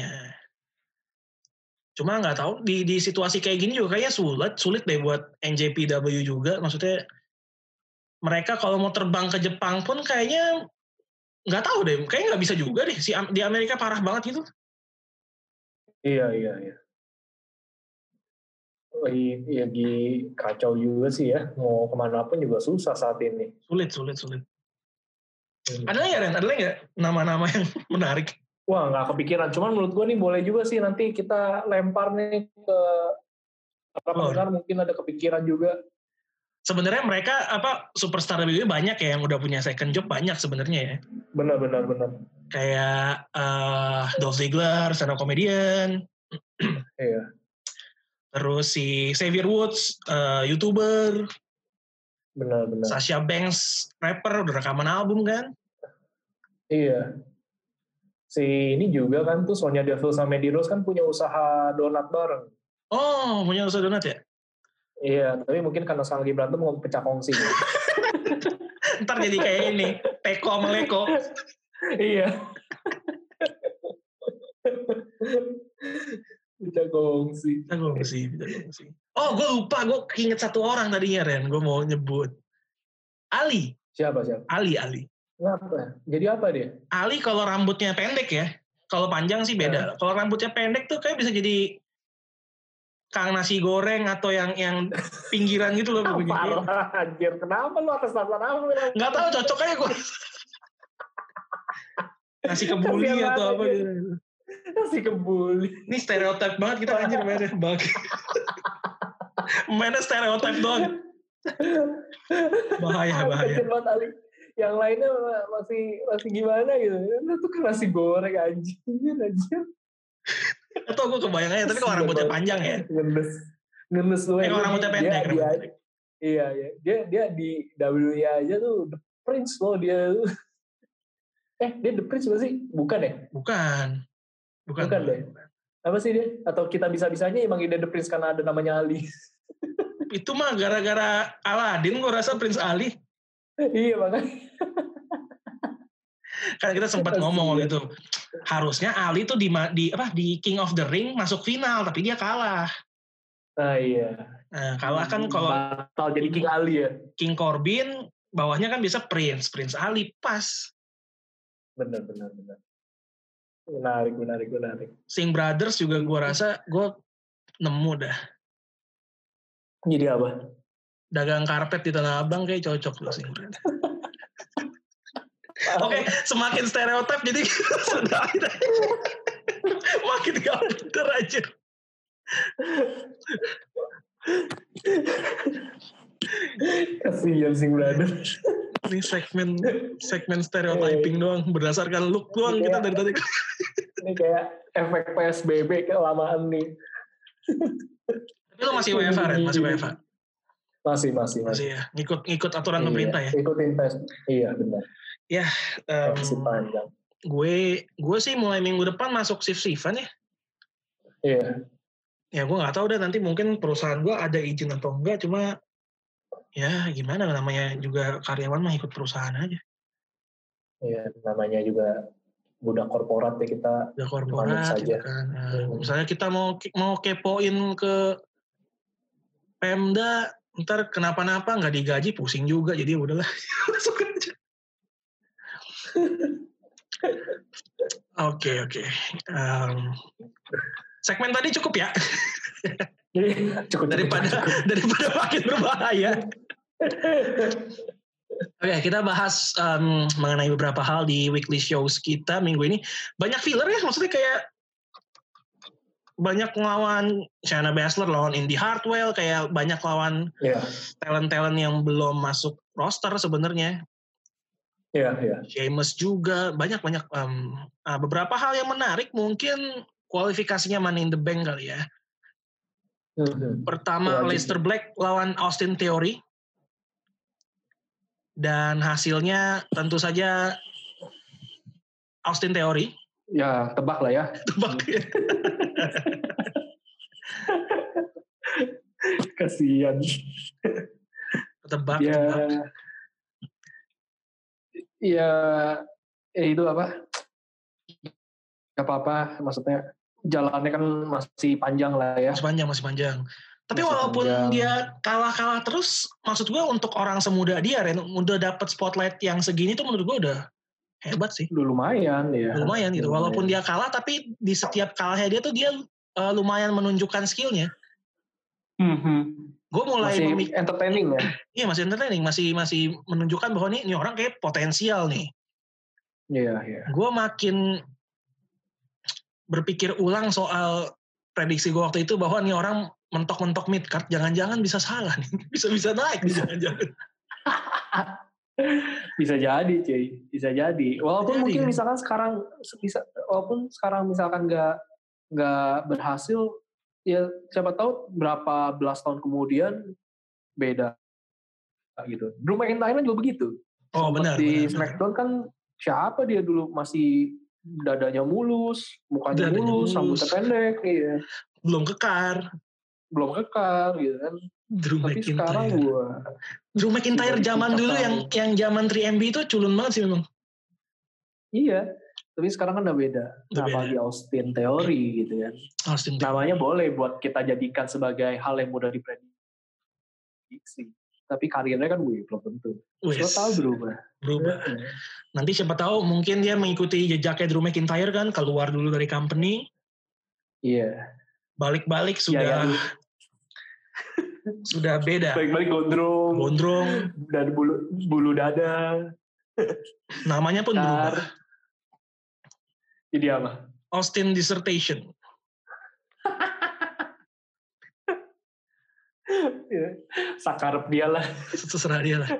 A: Cuma nggak tahu di situasi kayak gini juga kayaknya sulit deh buat NJPW juga. Maksudnya mereka kalau mau terbang ke Jepang pun kayaknya nggak tahu deh. Kayaknya nggak bisa juga deh. Di Amerika parah banget gitu.
B: Iya. Lagi kacau juga sih ya. Mau kemana pun juga susah saat ini.
A: Sulit. Ada nggak nama-nama yang menarik?
B: Wah, nggak kepikiran. Cuman menurut gue nih boleh juga sih nanti kita lempar nih ke pendengar, mungkin ada kepikiran juga.
A: Sebenarnya mereka superstar WWE banyak ya yang udah punya second job, banyak sebenarnya ya.
B: Benar.
A: Kayak Dolph Ziggler, stand up comedian.
B: Iya.
A: Terus si Xavier Woods, YouTuber.
B: Benar.
A: Sasha Banks, rapper, udah rekaman album kan?
B: Iya. Si ini juga kan tuh Sonya Deville sama Mandy Rose kan punya usaha donat bareng.
A: Oh, punya usaha donat ya?
B: Iya, tapi mungkin karena sekarang lagi berantem mau pecah kongsi.
A: Ntar jadi kayak ini, Teko sama Leko.
B: Iya. Pecah kongsi.
A: Oh, gue lupa, gue inget satu orang tadinya Ren, gue mau nyebut. Ali.
B: Siapa?
A: Ali.
B: Kenapa? Jadi apa dia?
A: Ali kalau rambutnya pendek ya, kalau panjang sih beda. Kalau rambutnya pendek tuh kayak bisa jadi Kang nasi goreng atau yang pinggiran gitu loh.
B: Parah, anjir. Kenapa lu atas nama apa?
A: Nggak tahu, cocok aja gue. Nasi kebuli atau apa gitu.
B: Nasi kebuli.
A: Ini stereotip banget kita anjir mainnya. Mainnya stereotip doang. Bahaya.
B: Yang lainnya masih gimana gitu. Itu kan nasi goreng anjir.
A: Atau gue kebayang aja, tapi kalau rambutnya panjang ya.
B: Ngenes lu.
A: Kalau rambutnya pendek.
B: Iya. Dia di WWE aja tuh The Prince loh dia. Dia The Prince gak sih? Bukan ya?
A: Bukan
B: deh. Apa sih dia? Atau kita bisa-bisanya emang dia The Prince karena ada namanya Ali.
A: Itu mah gara-gara Aladdin gue rasa Prince Ali.
B: Iya makanya.
A: Karena kita sempat ngomong gitu. Harusnya Ali tuh di King of the Ring masuk final, tapi dia kalah.
B: Iya.
A: Nah, kalah kan kalau
B: batal jadi King Ali ya.
A: King Corbin bawahnya kan bisa Prince Ali pas.
B: Benar. Menarik.
A: Singh Brothers juga gue rasa gue nemu dah.
B: Jadi apa?
A: Dagang karpet di Tanah Abang kayak cocok loh Singh Brothers. Oke, semakin stereotip jadi sudah makin gak bener aja.
B: Kasihan Singh Brothers.
A: Ini segmen stereotyping doang, berdasarkan look doang kita dari tadi.
B: Ini kayak efek PSBB kelamaan nih.
A: Tapi lo masih WFH, Ren? Masih WFH?
B: Masih
A: ya, ngikut aturan pemerintah ya?
B: Ikutin tes, iya benar.
A: Ya,
B: masih panjang.
A: Gue sih mulai minggu depan masuk shift-shiftan ya.
B: Iya.
A: Ya gue nggak tahu deh nanti mungkin perusahaan gue ada izin atau enggak, cuma ya gimana namanya juga karyawan mah ikut perusahaan aja.
B: Iya, namanya juga udah korporat ya kita
A: udah
B: manut
A: korporat
B: saja.
A: gitu kan. Misalnya kita mau kepoin ke Pemda, ntar kenapa-napa nggak digaji, pusing juga, jadi udahlah. Masuk aja. Oke. Segmen tadi cukup ya?
B: Cukup.
A: Daripada makin berbahaya. Oke, kita bahas mengenai beberapa hal di weekly shows kita minggu ini. Banyak filler ya, maksudnya kayak banyak lawan Shayna Baszler, lawan Indy Hartwell, kayak banyak lawan talent-talent yang belum masuk roster sebenarnya. Sheamus juga, banyak beberapa hal yang menarik, mungkin kualifikasinya Money in the Bank kali ya. Pertama Aleister Black lawan Austin Theory. Dan hasilnya tentu saja Austin Theory.
B: Ya, tebak lah ya.
A: Tebak ya.
B: Kasihan.
A: Tebak.
B: Ya, itu apa? Gak apa-apa, maksudnya jalannya kan masih panjang lah ya.
A: Masih panjang. Tapi walaupun dia kalah terus, maksud gue untuk orang semuda dia, Ren, udah dapet spotlight yang segini tuh menurut gue udah hebat sih.
B: Lumayan ya.
A: Lumayan gitu. Walaupun dia kalah, tapi di setiap kalahnya dia tuh dia lumayan menunjukkan skillnya. Gue mulai
B: masih entertaining ya.
A: Iya, masih entertaining, masih menunjukkan bahwa ini orang kayak potensial nih.
B: Iya.
A: Gue makin berpikir ulang soal prediksi gue waktu itu bahwa nih orang mentok-mentok mid card, jangan-jangan bisa salah nih, bisa naik nih, jangan-jangan.
B: Bisa jadi, cuy. Bisa jadi. Walaupun mungkin kan? Walaupun sekarang misalkan nggak berhasil, ya siapa tahu berapa belas tahun kemudian beda gitu. Drew McIntyre juga begitu.
A: Benar.
B: Di SmackDown kan siapa dia dulu masih dadanya mulus, mukanya mulus, rambutnya pendek, iya.
A: Belum kekar
B: gitu kan. Tapi sekarang
A: Drew McIntyre zaman dulu yang zaman 3MB itu culun banget sih memang.
B: Iya, tapi sekarang kan udah beda. Apalagi Austin Theory gitu kan. Namanya boleh buat kita jadikan sebagai hal yang mudah diprediksi. Tapi karirnya kan belum tentu. Siapa tahu berubah.
A: Nanti siapa tahu mungkin dia mengikuti jejaknya Drew McIntyre kan, keluar dulu dari company.
B: Iya.
A: Balik-balik sudah sudah beda.
B: Balik-balik gondrong dan bulu dada.
A: Namanya pun berubah.
B: Jadi apa?
A: Austin Dissertation.
B: Sakarep dia lah.
A: Terserah dia lah.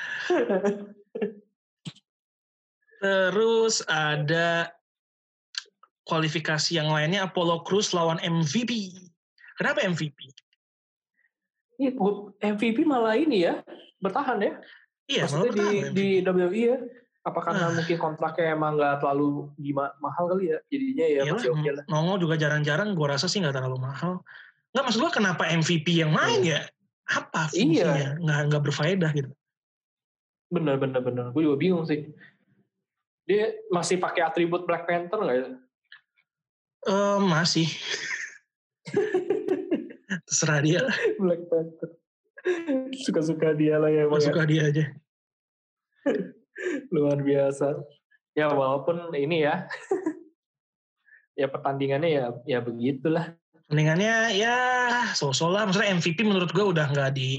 A: Terus ada kualifikasi yang lainnya, Apollo Crews lawan MVP. Kenapa MVP?
B: MVP malah ini ya, bertahan ya.
A: Iya,
B: maksudnya di WWE ya. Apakah mungkin kontraknya emang nggak terlalu mahal kali ya? Jadinya ya masih oke lah.
A: Nongol juga jarang-jarang, gue rasa sih nggak terlalu mahal. Nggak, maksud gue kenapa MVP yang main ya? Apa fungsinya? Nggak berfaedah gitu.
B: Bener. Gue juga bingung sih. Dia masih pakai atribut Black Panther nggak ya?
A: Masih. Terserah dia.
B: Black Panther. Suka-suka dia lah ya.
A: Suka dia aja.
B: Luar biasa. Ya walaupun ini ya. Ya pertandingannya ya begitulah.
A: Pertandingannya ya so-so lah. Maksudnya MVP menurut gue udah nggak di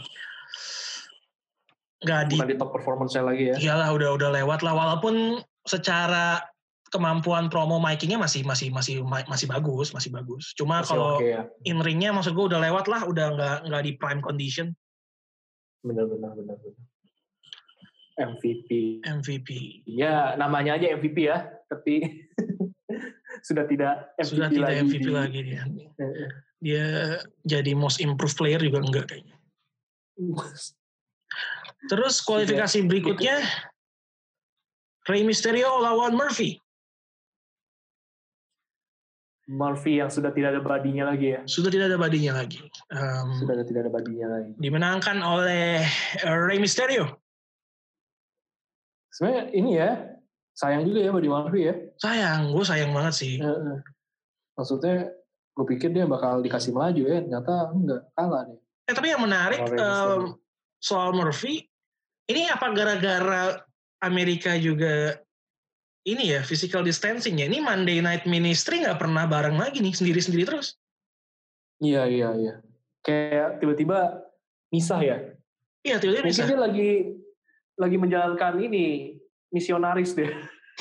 B: top performance lagi ya.
A: Iyalah udah lewat lah. Walaupun secara kemampuan promo makingnya masih bagus. Cuma kalau in ringnya maksud gue udah lewat lah, udah nggak di prime condition.
B: Benar. MVP. Ya namanya aja MVP ya, tapi sudah tidak MVP
A: lagi dia. Dia jadi most improved player juga enggak kayaknya. Terus kualifikasi berikutnya Rey Mysterio lawan Murphy.
B: Murphy yang sudah tidak ada badinya lagi ya.
A: Sudah tidak ada badinya lagi. Dimenangkan oleh Rey Mysterio.
B: Sebenarnya ini ya, Sayang juga ya Buddy Murphy ya.
A: Gue sayang banget sih.
B: Maksudnya gue pikir dia bakal dikasih maju ya, ternyata enggak, kalah nih.
A: Tapi yang menarik soal Murphy, ini apa gara-gara Amerika juga ini ya physical distancing ya? Ini Monday Night Ministry nggak pernah bareng lagi nih, sendiri-sendiri terus.
B: Iya. Kayak tiba-tiba misah ya.
A: Iya, tiba-tiba misah.
B: Mungkin dia lagi menjalankan ini misionaris deh.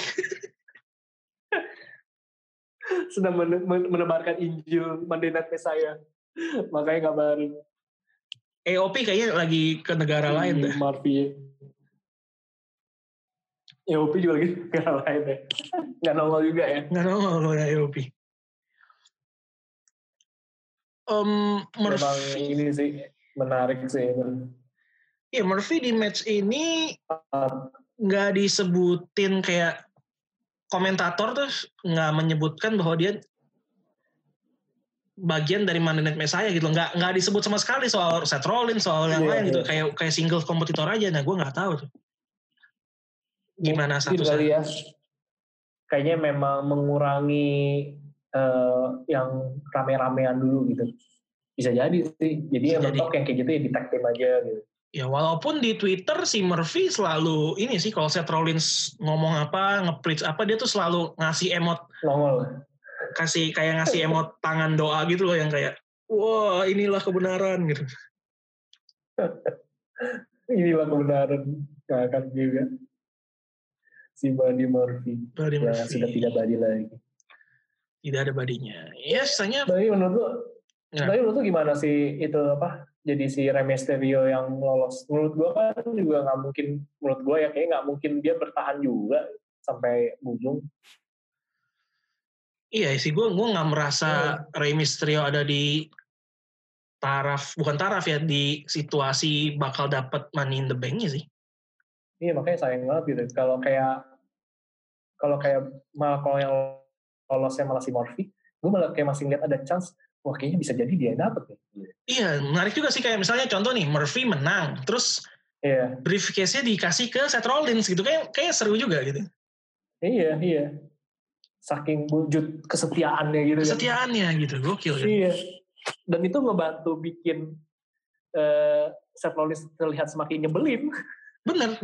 B: Sedang menebarkan Injil Monday Night Messiah. Makanya nggak bareng.
A: AOP kayaknya lagi ke negara lain dah.
B: Murphy. AOP juga lagi ke negara lain deh. Nggak nongol juga ya.
A: Nggak nongol kalau AOP.
B: Memang ini sih menarik sih.
A: Iya, Murphy di match ini nggak disebutin kayak komentator terus nggak menyebutkan bahwa dia bagian dari Monday Night Messiah gitu, nggak disebut sama sekali soal Seth Rollins, soal yang lain gitu, kayak single kompetitor aja. Nah, gue nggak tahu tuh gimana statusnya.
B: Ya, kayaknya memang mengurangi yang rame-ramean dulu gitu. Bisa jadi sih. Jadi yang mentok yang kayak gitu ya di tag team aja gitu.
A: Ya walaupun di Twitter si Murphy selalu ini sih, kalau Seth Rollins ngomong apa, nge-preach apa, dia tuh selalu ngasih emot.
B: Nongol.
A: Kayak ngasih emot tangan doa gitu loh, yang kayak wah inilah kebenaran gitu.
B: Inilah kebenaran. Kakak juga. Si Buddy Murphy. Yang sudah tidak body lagi.
A: Tidak ada badinya. Ya sisanya.
B: Tapi menurut lu gimana sih itu apa? Jadi si Rey Mysterio yang lolos. Menurut gue kan juga nggak mungkin. Menurut gue ya kayaknya nggak mungkin dia bertahan juga sampai ujung.
A: Iya sih, gue nggak merasa Rey Mysterio ada di bukan taraf ya, di situasi bakal dapat Money in the Bank-nya sih.
B: Iya, makanya sayang banget gitu. Kalau yang lolosnya malah si Murphy, gue malah kayak masih lihat ada chance, wah kayaknya bisa jadi dia dapet nih.
A: Iya, menarik juga sih, kayak misalnya contoh nih, Murphy menang, terus briefcase-nya dikasih ke Seth Rollins gitu, kayak seru juga gitu.
B: Iya. Saking wujud kesetiaannya gitu.
A: Kesetiaannya gitu, gokil kan.
B: Iya. Dan itu ngebantu bikin Seth Rollins terlihat semakin nyebelin.
A: Bener.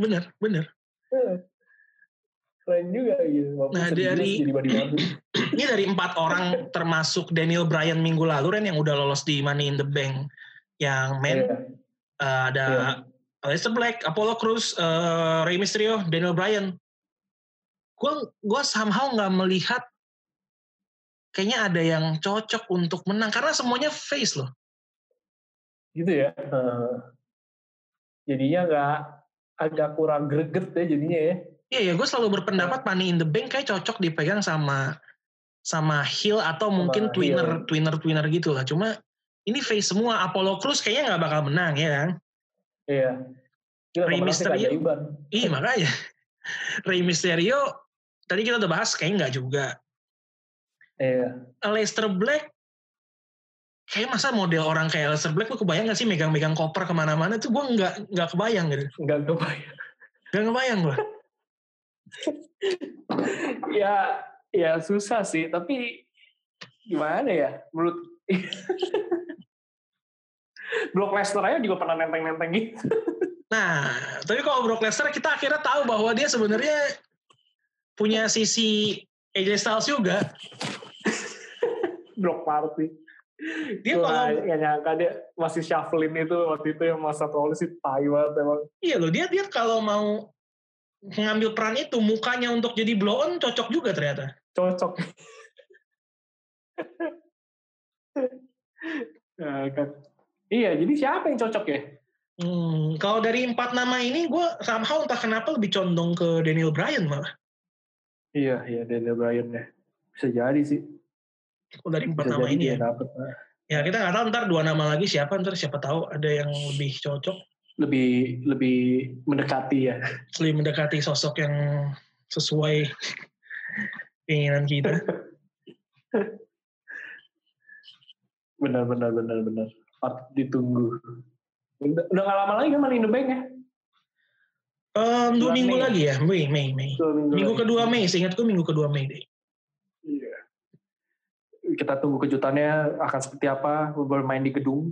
B: Keren juga gitu.
A: Nah ini dari 4 orang termasuk Daniel Bryan minggu lalu Ren, yang udah lolos di Money in the Bank yang men. Ada Aleister Black, Apollo Crews, Rey Mysterio, Daniel Bryan. Gue somehow nggak melihat kayaknya ada yang cocok untuk menang karena semuanya face loh.
B: Gitu ya. Jadinya agak kurang greget ya jadinya ya.
A: Iya, gue selalu berpendapat Money in the Bank kayak cocok dipegang sama heel atau mungkin twinner gitu lah. Cuma ini face semua. Apollo Crews kayaknya nggak bakal menang ya kan?
B: Iya.
A: Rey Mysterio. Iya makanya. Rey Mysterio tadi kita udah bahas kayaknya nggak juga.
B: Iya.
A: Aleister Black kayak masa model orang kayak Aleister Black, lu kebayang gak sih megang-megang koper kemana-mana tuh? Gue nggak kebayang gitu.
B: Nggak
A: kebayang gue.
B: ya susah sih, tapi gimana ya menurut Brock Lesnar aja juga pernah nenteng-nenteng gitu.
A: Nah, tapi kalau Brock Lesnar kita akhirnya tahu bahwa dia sebenarnya punya sisi AJ Styles juga.
B: Brock Party. Dia kalau nggak nyangka dia masih shufflein itu waktu itu yang masa Rollins sih tai banget emang.
A: Iya loh, dia kalau mau mengambil peran itu, mukanya untuk jadi blow on cocok juga ternyata.
B: Cocok. Iya, jadi siapa yang cocok ya?
A: Kalau dari 4 nama ini, gue somehow entah kenapa lebih condong ke Daniel Bryan malah.
B: Iya Daniel Bryan ya. Bisa jadi sih.
A: Kalau dari 4 nama ini ya. Ya kita nggak tahu ntar 2 nama lagi siapa, ntar siapa tahu ada yang lebih cocok.
B: Lebih mendekati ya.
A: Lebih mendekati sosok yang sesuai keinginan kita.
B: Benar. Ditunggu. Udah gak lama lagi kan Money in the Bank ya?
A: 2 minggu
B: Mei.
A: lagi ya, Mei. Minggu kedua Mei, seingatku minggu kedua Mei deh.
B: Iya. Kita tunggu kejutannya akan seperti apa, bermain di gedung.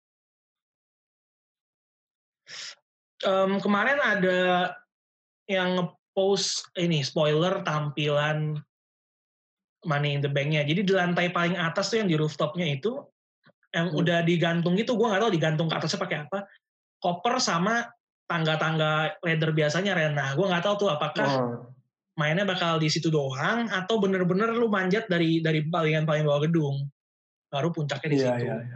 A: Kemarin ada yang nge-post ini spoiler tampilan Money in the Bank-nya. Jadi di lantai paling atas tuh yang di rooftopnya itu yang udah digantung gitu, gue nggak tahu digantung ke atasnya pakai apa. Koper sama tangga-tangga leather biasanya, Ren. Nah, gue nggak tahu tuh apakah mainnya bakal di situ doang atau bener-bener lu manjat dari paling bawah gedung, baru puncaknya di situ. Iya.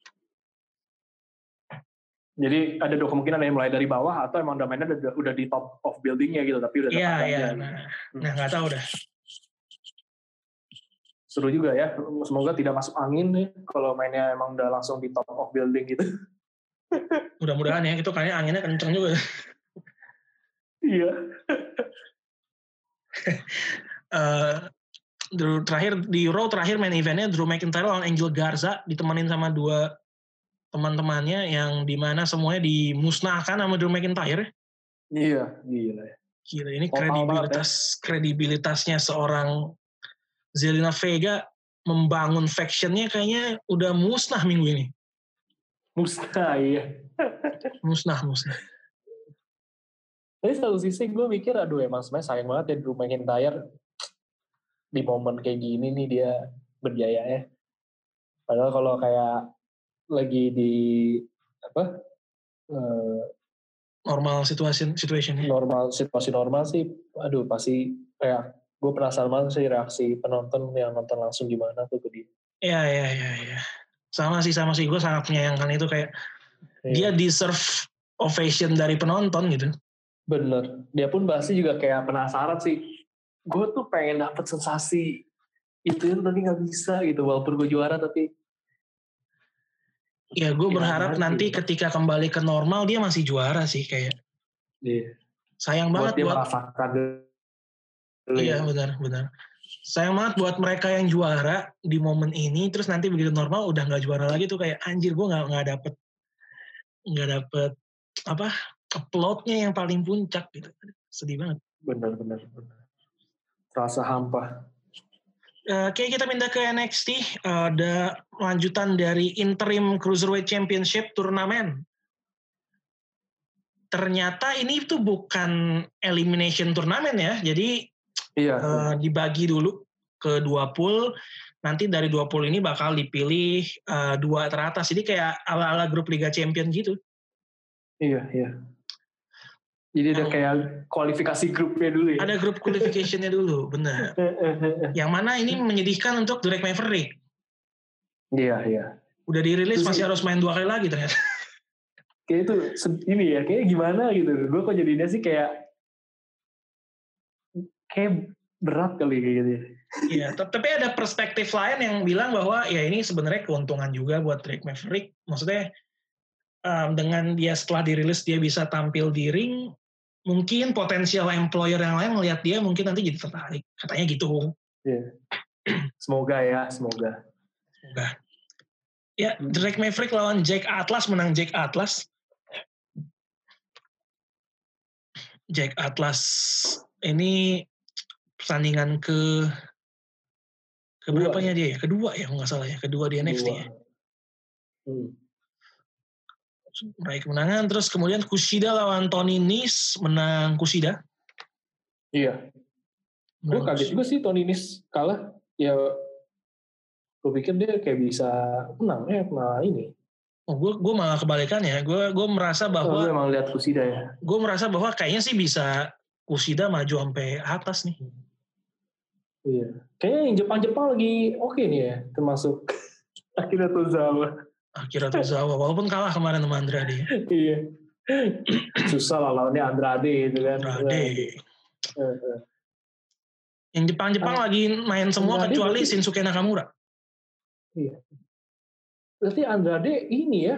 B: Jadi ada dua kemungkinan yang mulai dari bawah atau emang mainnya udah di top of buildingnya gitu, tapi udah ada tangganya.
A: Iya. Nah nggak tahu dah.
B: Seru juga ya. Semoga tidak masuk angin nih kalau mainnya emang udah langsung di top of building gitu.
A: Mudah-mudahan ya, itu kayaknya anginnya kenceng juga.
B: Iya.
A: Terakhir di Raw main eventnya Drew McIntyre lawan Angel Garza ditemenin sama 2 teman-temannya yang dimana semuanya dimusnahkan sama Drew McIntyre.
B: Iya, gila.
A: Gila, ini kredibilitasnya seorang Zelina Vega membangun factionnya kayaknya udah musnah minggu ini.
B: Musnah, iya.
A: Musnah.
B: Tapi satu sisi gue mikir, aduh emang sebenarnya sayang banget ya Drew McIntyre di momen kayak gini nih dia berjaya ya. Padahal kalau kayak lagi di
A: normal situasi
B: normal sih, aduh pasti kayak gue penasaran banget sih reaksi penonton yang nonton langsung gimana tuh ke dia.
A: Iya. Sama sih gue sangat menyayangkan itu, kayak dia deserve ovation dari penonton gitu.
B: Bener, dia pun pasti juga kayak penasaran sih. Gue tuh pengen dapet sensasi itu tadi nggak bisa gitu, walaupun gue juara tapi.
A: Ya gue berharap nanti ketika kembali ke normal dia masih juara sih kayak.
B: Iya.
A: Sayang banget
B: buat dia merasakan.
A: Iya benar. Sayang banget buat mereka yang juara di momen ini, terus nanti begitu normal udah nggak juara lagi tuh, kayak anjir gue nggak dapet apa uploadnya yang paling puncak gitu. Sedih banget.
B: Benar. Rasa hampa.
A: Oke, kita pindah ke NXT. Ada lanjutan dari Interim Cruiserweight Championship turnamen. Ternyata ini tuh bukan elimination turnamen ya. Jadi dibagi dulu ke 2 pool. Nanti dari 2 pool ini bakal dipilih 2 teratas. Jadi kayak ala-ala grup Liga Champion gitu.
B: Iya. Jadi ada kayak kualifikasi grupnya dulu ya.
A: Ada grup qualification-nya dulu, benar. Yang mana ini menyedihkan untuk Drake Maverick.
B: Iya.
A: Udah dirilis masih harus main 2 kali lagi ternyata.
B: Kayak itu ini ya, kayak gimana gitu. Gue kok jadinya sih kayak berat kali kayak gitu.
A: Iya, tapi ada perspektif lain yang bilang bahwa ya ini sebenarnya keuntungan juga buat Drake Maverick. Maksudnya dengan dia setelah dirilis dia bisa tampil di ring, mungkin potensial employer yang lain melihat dia mungkin nanti jadi tertarik. Katanya gitu.
B: Iya. Semoga.
A: Ya, Drake Maverick lawan Jack Atlas, menang Jack Atlas. Jack Atlas ini pertandingan ke berapanya dia ya? Kedua ya, nggak salah ya. Kedua di NXT ya. Meraih kemenangan. Terus kemudian Kushida lawan Tony Nese, menang Kushida.
B: Iya. Gue kaget juga sih Tony Nese kalah. Ya, gue pikir dia kayak bisa menang ini.
A: Gue malah kebalikannya. Gue merasa bahwa.
B: Gue emang lihat Kushida ya.
A: Gue merasa bahwa kayaknya sih bisa Kushida maju sampai atas nih.
B: Iya. Kayaknya yang Jepang lagi oke nih ya, termasuk Akira Tozawa.
A: Walaupun kalah kemarin sama Andrade.
B: Iya. Susah lah lawannya Andrade itu kan.
A: Andrade. Yang Jepang lagi main semua Andrade kecuali berarti, Shinsuke Nakamura.
B: Iya. Berarti Andrade ini ya.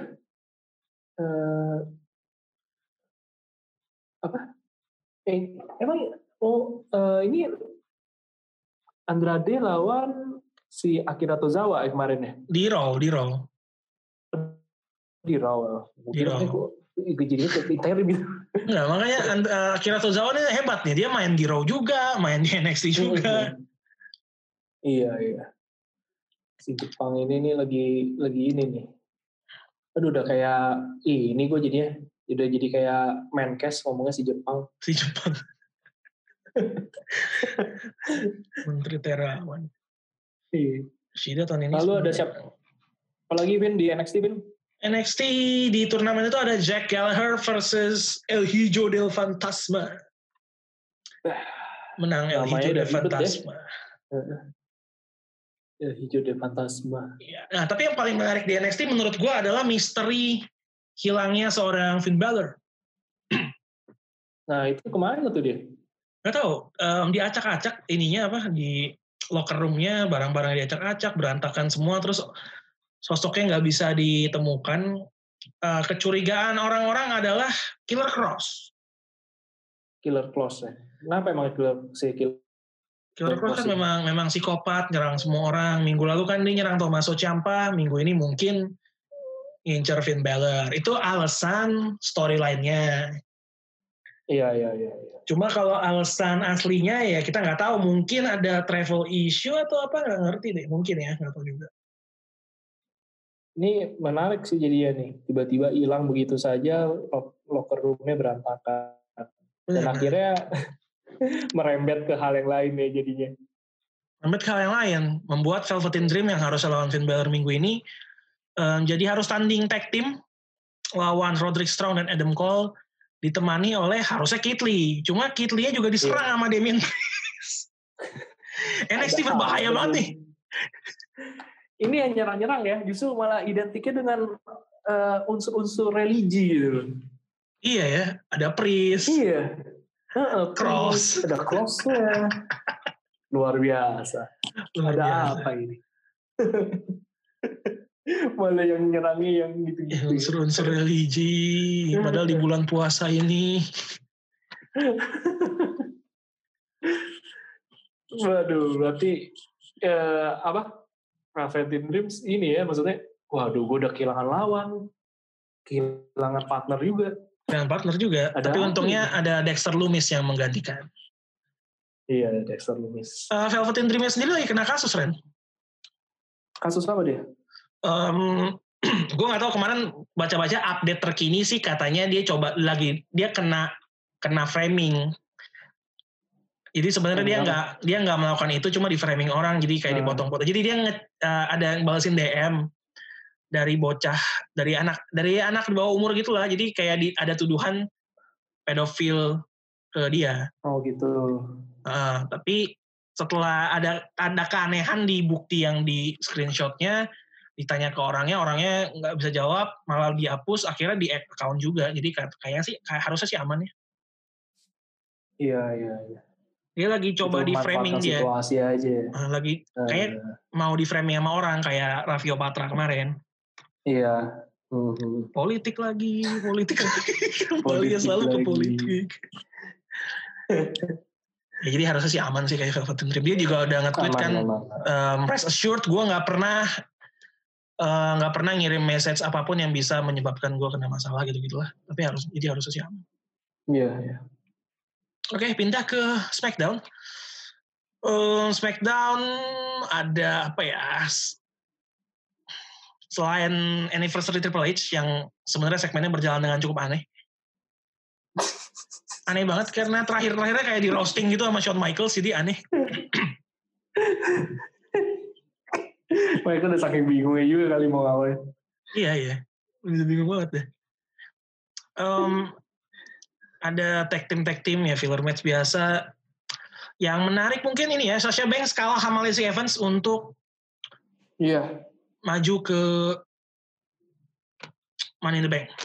B: Emang ini Andrade lawan si Akira Tozawa kemarin ya? Di Raw. Jadinya ke Italia gitu.
A: Enggak, makanya Akira Tozawa ini hebat nih. Dia main di Raw juga, main di NXT juga.
B: Iya. Si Jepang ini nih lagi ini nih. Aduh udah kayak ini gue jadinya udah jadi kayak Menkes ngomongnya si Jepang.
A: Menteri Terawan.
B: Iya.
A: Shida tahun ini.
B: Lalu ada siapa? Apalagi Vin di NXT Vin?
A: NXT di turnamen itu ada Jack Gallagher versus El Hijo del Fantasma. Menang El Hijo del Fantasma.
B: El Hijo del Fantasma.
A: Ya. Nah, tapi yang paling menarik di NXT menurut gue adalah misteri hilangnya seorang Finn Balor.
B: Nah, itu kemana tuh dia?
A: Gak tahu, diacak-acak ininya apa, di locker room-nya, barang-barang diacak-acak, berantakan semua, terus sosoknya nggak bisa ditemukan. Kecurigaan orang-orang adalah Killer Kross.
B: Killer Kross ya? Kenapa emang
A: Killer Kross kan memang psikopat, nyerang semua orang. Minggu lalu kan dia nyerang Tommaso Ciampa, minggu ini mungkin ngincer Finn Balor. Itu alasan storyline-nya.
B: Iya.
A: Cuma kalau alasan aslinya ya kita nggak tahu. Mungkin ada travel issue atau apa, nggak ngerti deh. Mungkin ya, nggak tahu juga.
B: Ini menarik sih jadinya nih. Tiba-tiba hilang begitu saja, locker room-nya berantakan. Dan akhirnya merembet ke hal yang lain ya jadinya.
A: Merembet ke hal yang lain. Membuat Velveteen Dream yang harus lawan Finn Balor minggu ini jadi harus tanding tag team lawan Roderick Strong dan Adam Cole, ditemani oleh harusnya Keith Lee. Cuma Keith Lee-nya juga diserang sama Damien Priest. NXT berbahaya banget nih.
B: Ini yang nyerang-nyerang ya, justru malah identiknya dengan unsur-unsur religi gitu.
A: Iya ya, ada Priest.
B: Iya.
A: Cross.
B: Ada cross-nya. Luar biasa. Apa ini? Malah yang nyerangnya yang gitu-gitu.
A: Unsur-unsur religi, padahal di bulan puasa ini.
B: Waduh, berarti Velveteen Dreams ini ya, maksudnya, waduh, gue udah kehilangan lawan, kehilangan partner juga.
A: Tapi untungnya ada Dexter Lumis yang menggantikan.
B: Iya, Dexter Lumis.
A: Velveteen Dreams sendiri lagi kena kasus, Ren.
B: Kasus apa dia?
A: Gue nggak tahu, kemarin baca-baca update terkini sih katanya dia kena framing. Jadi sebenarnya dia nggak melakukan itu, cuma di framing orang, jadi kayak dipotong-potong. Jadi dia ada yang balesin DM dari bocah, dari anak di bawah umur gitulah. Jadi kayak ada tuduhan pedofil ke dia.
B: Oh gitu.
A: Tapi setelah ada keanehan di bukti yang di screenshotnya, ditanya ke orangnya nggak bisa jawab, malah dihapus, akhirnya di account juga. Jadi kayaknya harusnya sih aman ya.
B: Iya.
A: Dia lagi coba di framing dia.
B: Situasi aja.
A: Lagi kayak mau di framing sama orang kayak Raffio Patra kemarin.
B: Iya.
A: Politik lagi. Kembali selalu ke politik. Ya, jadi harusnya sih aman sih kayak Velveteen Dream. Dia juga udah nge-tweet kan, rest assured gue nggak pernah ngirim message apapun yang bisa menyebabkan gue kena masalah gitu-gitulah. Tapi harusnya sih aman.
B: Iya.
A: Oke, pindah ke SmackDown. SmackDown ada apa ya? Selain anniversary Triple H yang sebenarnya segmennya berjalan dengan cukup aneh. Aneh banget karena terakhir-terakhirnya kayak di roasting gitu sama Shawn Michaels, jadi aneh.
B: Michael udah saking bingungnya juga kali mau ngapain.
A: Iya. Udah bingung banget deh. Ada tag team ya, filler match biasa. Yang menarik mungkin ini ya, Sasha Banks kalah sama Lacey Evans untuk maju ke Money in the Bank.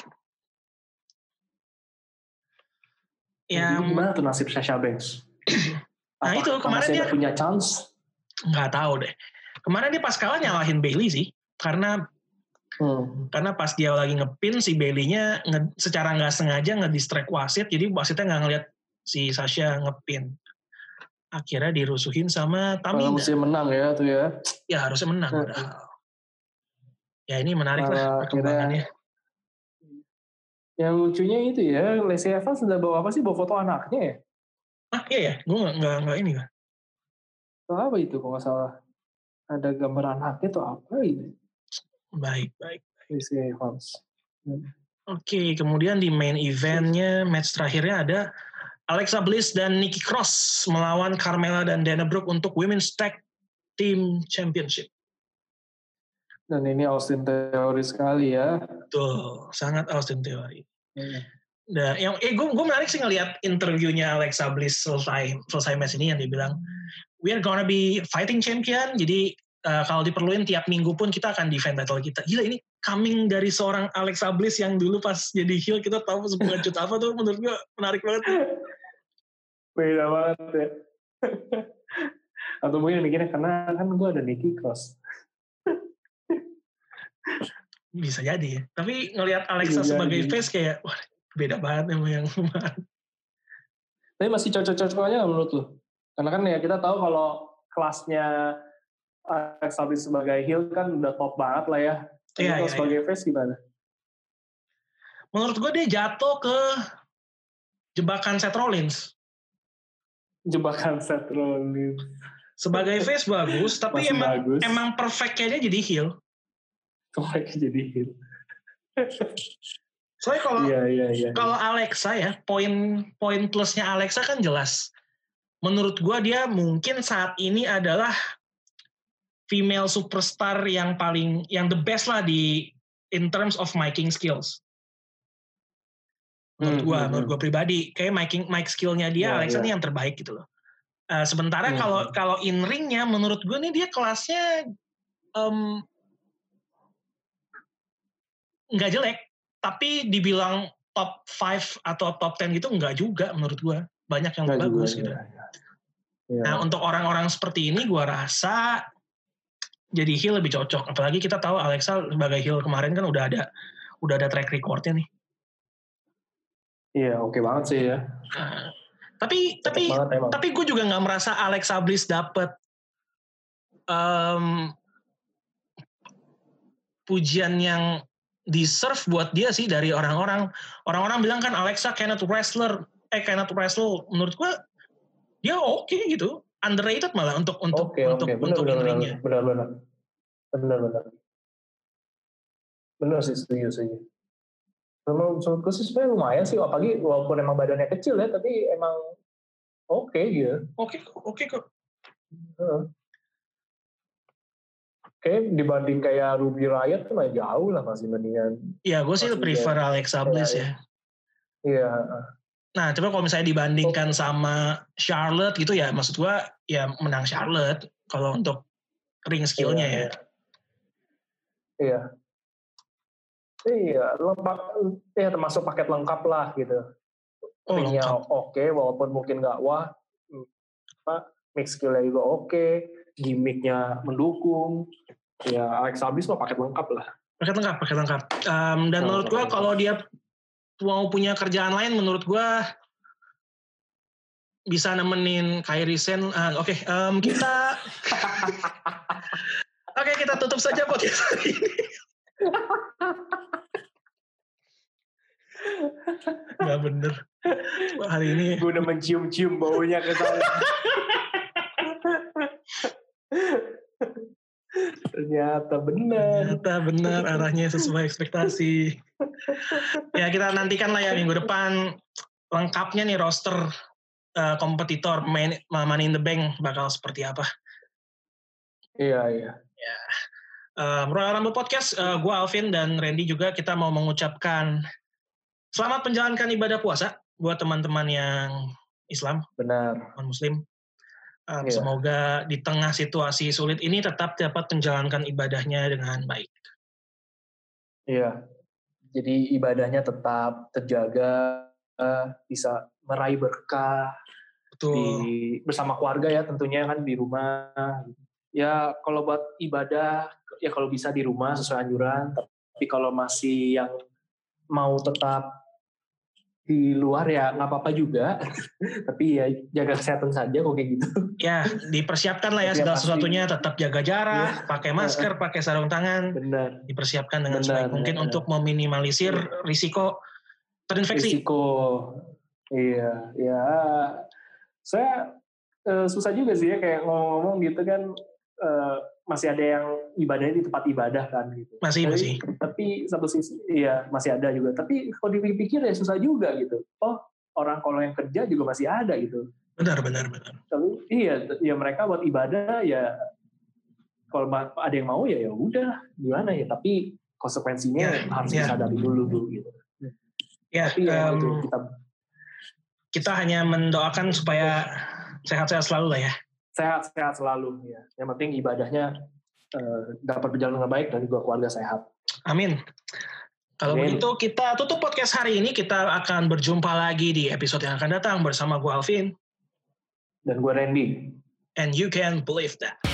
B: Yang gimana tuh nasib Sasha Banks?
A: Nah itu kemarin dia
B: punya chance?
A: Nggak tahu deh. Kemarin dia pas kalah nyalahin Bayley sih, karena pas dia lagi ngepin si Bayley-nya secara nggak sengaja ngedistract wasit, jadi wasitnya nggak ngeliat si Sasha ngepin. Akhirnya dirusuhin sama Tamina.
B: Harusnya menang ya tuh ya.
A: Ya harusnya menang. Ya ini menarik lah perkembangannya.
B: Yang lucunya itu ya, Lacey Evans sudah bawa apa sih? Bawa foto anaknya ya?
A: Iya ya, gue nggak ini kan.
B: Atau apa itu kalau nggak salah? Ada gambar anaknya atau apa itu?
A: Baik.
B: Lacey Evans.
A: Oke, kemudian di main eventnya, match terakhirnya ada Alexa Bliss dan Nikki Cross melawan Carmella dan Dana Brooke untuk Women's Tag Team Championship.
B: Dan ini Austin Theory sekali ya.
A: Tuh, sangat Austin Theory. Nah, gue menarik sih ngelihat interviewnya Alexa Bliss selesai match ini yang dia bilang, we are gonna be fighting champion. Jadi kalau diperluin tiap minggu pun kita akan defend title kita. Gila, ini coming dari seorang Alexa Bliss yang dulu pas jadi heel kita tahu sepengecut apa tuh, menurut gue menarik banget.
B: Beda banget ya. Atau mungkin mikirnya karena kan gue ada Nikki Cross.
A: Bisa jadi ya. Tapi ngelihat Alexa sebagai face kayak, wah beda banget sama yang kemarin.
B: Tapi masih cocok-cocoknya menurut lu? Karena kan ya kita tahu kalau kelasnya Alexa Bliss sebagai heel kan udah top banget lah ya. Iya. Sebagai face gimana?
A: Menurut gue dia jatuh ke jebakan Seth Rollins. Sebagai face bagus, tapi emang perfect-nya dia jadi heel. Soalnya kalau Alexa ya, poin plusnya Alexa kan jelas. Menurut gue dia mungkin saat ini adalah female superstar yang the best lah in terms of miking skills. Menurut gue pribadi, kayak mic skillnya dia Alexa ini yang terbaik gitu loh. Sementara kalau in ringnya, menurut gue nih dia kelasnya nggak jelek, tapi dibilang top 5 atau top 10 gitu nggak juga menurut gue. Banyak yang bagus gitu. Ya. Nah, untuk orang-orang seperti ini gue rasa jadi heel lebih cocok. Apalagi kita tahu Alexa sebagai heel kemarin kan udah ada track recordnya nih.
B: Iya, oke banget sih ya.
A: Nah, tapi gue juga nggak merasa Alexa Bliss dapet pujian yang deserve buat dia sih dari orang-orang. Orang-orang bilang kan Alexa cannot wrestle. Menurut gue dia oke gitu, underrated malah untuk in-ringnya.
B: Benar sih, setuju. Menurutku sih sebenarnya lumayan sih, apalagi walaupun emang badannya kecil ya, tapi emang oke gitu.
A: Oke kok.
B: Kayak dibanding kayak Ruby Riott tuh jauh lah masih mendingan.
A: Iya, gue sih prefer Alexa Bliss ya.
B: Iya.
A: Nah, coba kalau misalnya dibandingkan sama Charlotte gitu ya, maksud gue ya menang Charlotte kalau untuk ring skillnya ya.
B: Iya, termasuk paket lengkap lah gitu. Ringnya oke, walaupun mungkin nggak mix skillnya juga oke, gimmicknya mendukung. Ya Alexa Bliss mah paket lengkap lah.
A: Paket lengkap. Dan menurut gue kalau dia mau punya kerjaan lain, menurut gue bisa nemenin Kairi Sen. Kita tutup saja podcast hari ini. Gak bener. Hari ini
B: gue udah mencium-cium baunya ke sana. Ternyata benar
A: arahnya sesuai ekspektasi. Ya kita nantikan lah ya minggu depan lengkapnya nih roster kompetitor Money in the Bank bakal seperti apa.
B: Iya.
A: Ya. Royal Rumble Podcast, gue Alvin dan Randy juga kita mau mengucapkan selamat menjalankan ibadah puasa buat teman-teman yang Islam, non-Muslim. Semoga di tengah situasi sulit ini tetap dapat menjalankan ibadahnya dengan baik.
B: Iya, jadi ibadahnya tetap terjaga, bisa meraih berkah.
A: Betul.
B: Bersama keluarga ya tentunya kan di rumah. Ya kalau buat ibadah, ya kalau bisa di rumah sesuai anjuran. Tapi kalau masih yang mau tetap di luar ya nggak apa-apa juga, tapi ya jaga kesehatan saja kok kayak gitu.
A: Ya dipersiapkan lah ya segala sesuatunya, tetap jaga jarak, pakai masker, pakai sarung tangan.
B: Benar.
A: Dipersiapkan dengan sebaik mungkin untuk meminimalisir risiko terinfeksi.
B: Risiko. Iya, ya. Saya susah juga sih ya kayak ngomong-ngomong gitu kan, masih ada yang ibadahnya di tempat ibadah kan gitu.
A: Masih.
B: Tapi satu sisi, iya masih ada juga. Tapi kalau dipikir ya susah juga gitu. Oh, orang kalau yang kerja juga masih ada gitu.
A: Benar.
B: Tapi iya, ya mereka buat ibadah ya. Kalau ada yang mau ya udah gimana ya. Tapi konsekuensinya harus disadari dulu gitu.
A: Ya,
B: tapi ya itu
A: kita hanya mendoakan supaya sehat-sehat selalu lah ya.
B: Sehat-sehat selalu ya. Yang penting ibadahnya dapat berjalan dengan baik dan juga keluarga sehat.
A: Amin. Kalau begitu kita tutup podcast hari ini. Kita akan berjumpa lagi di episode yang akan datang bersama gue Alvin
B: dan gue Randy.
A: And you can believe that.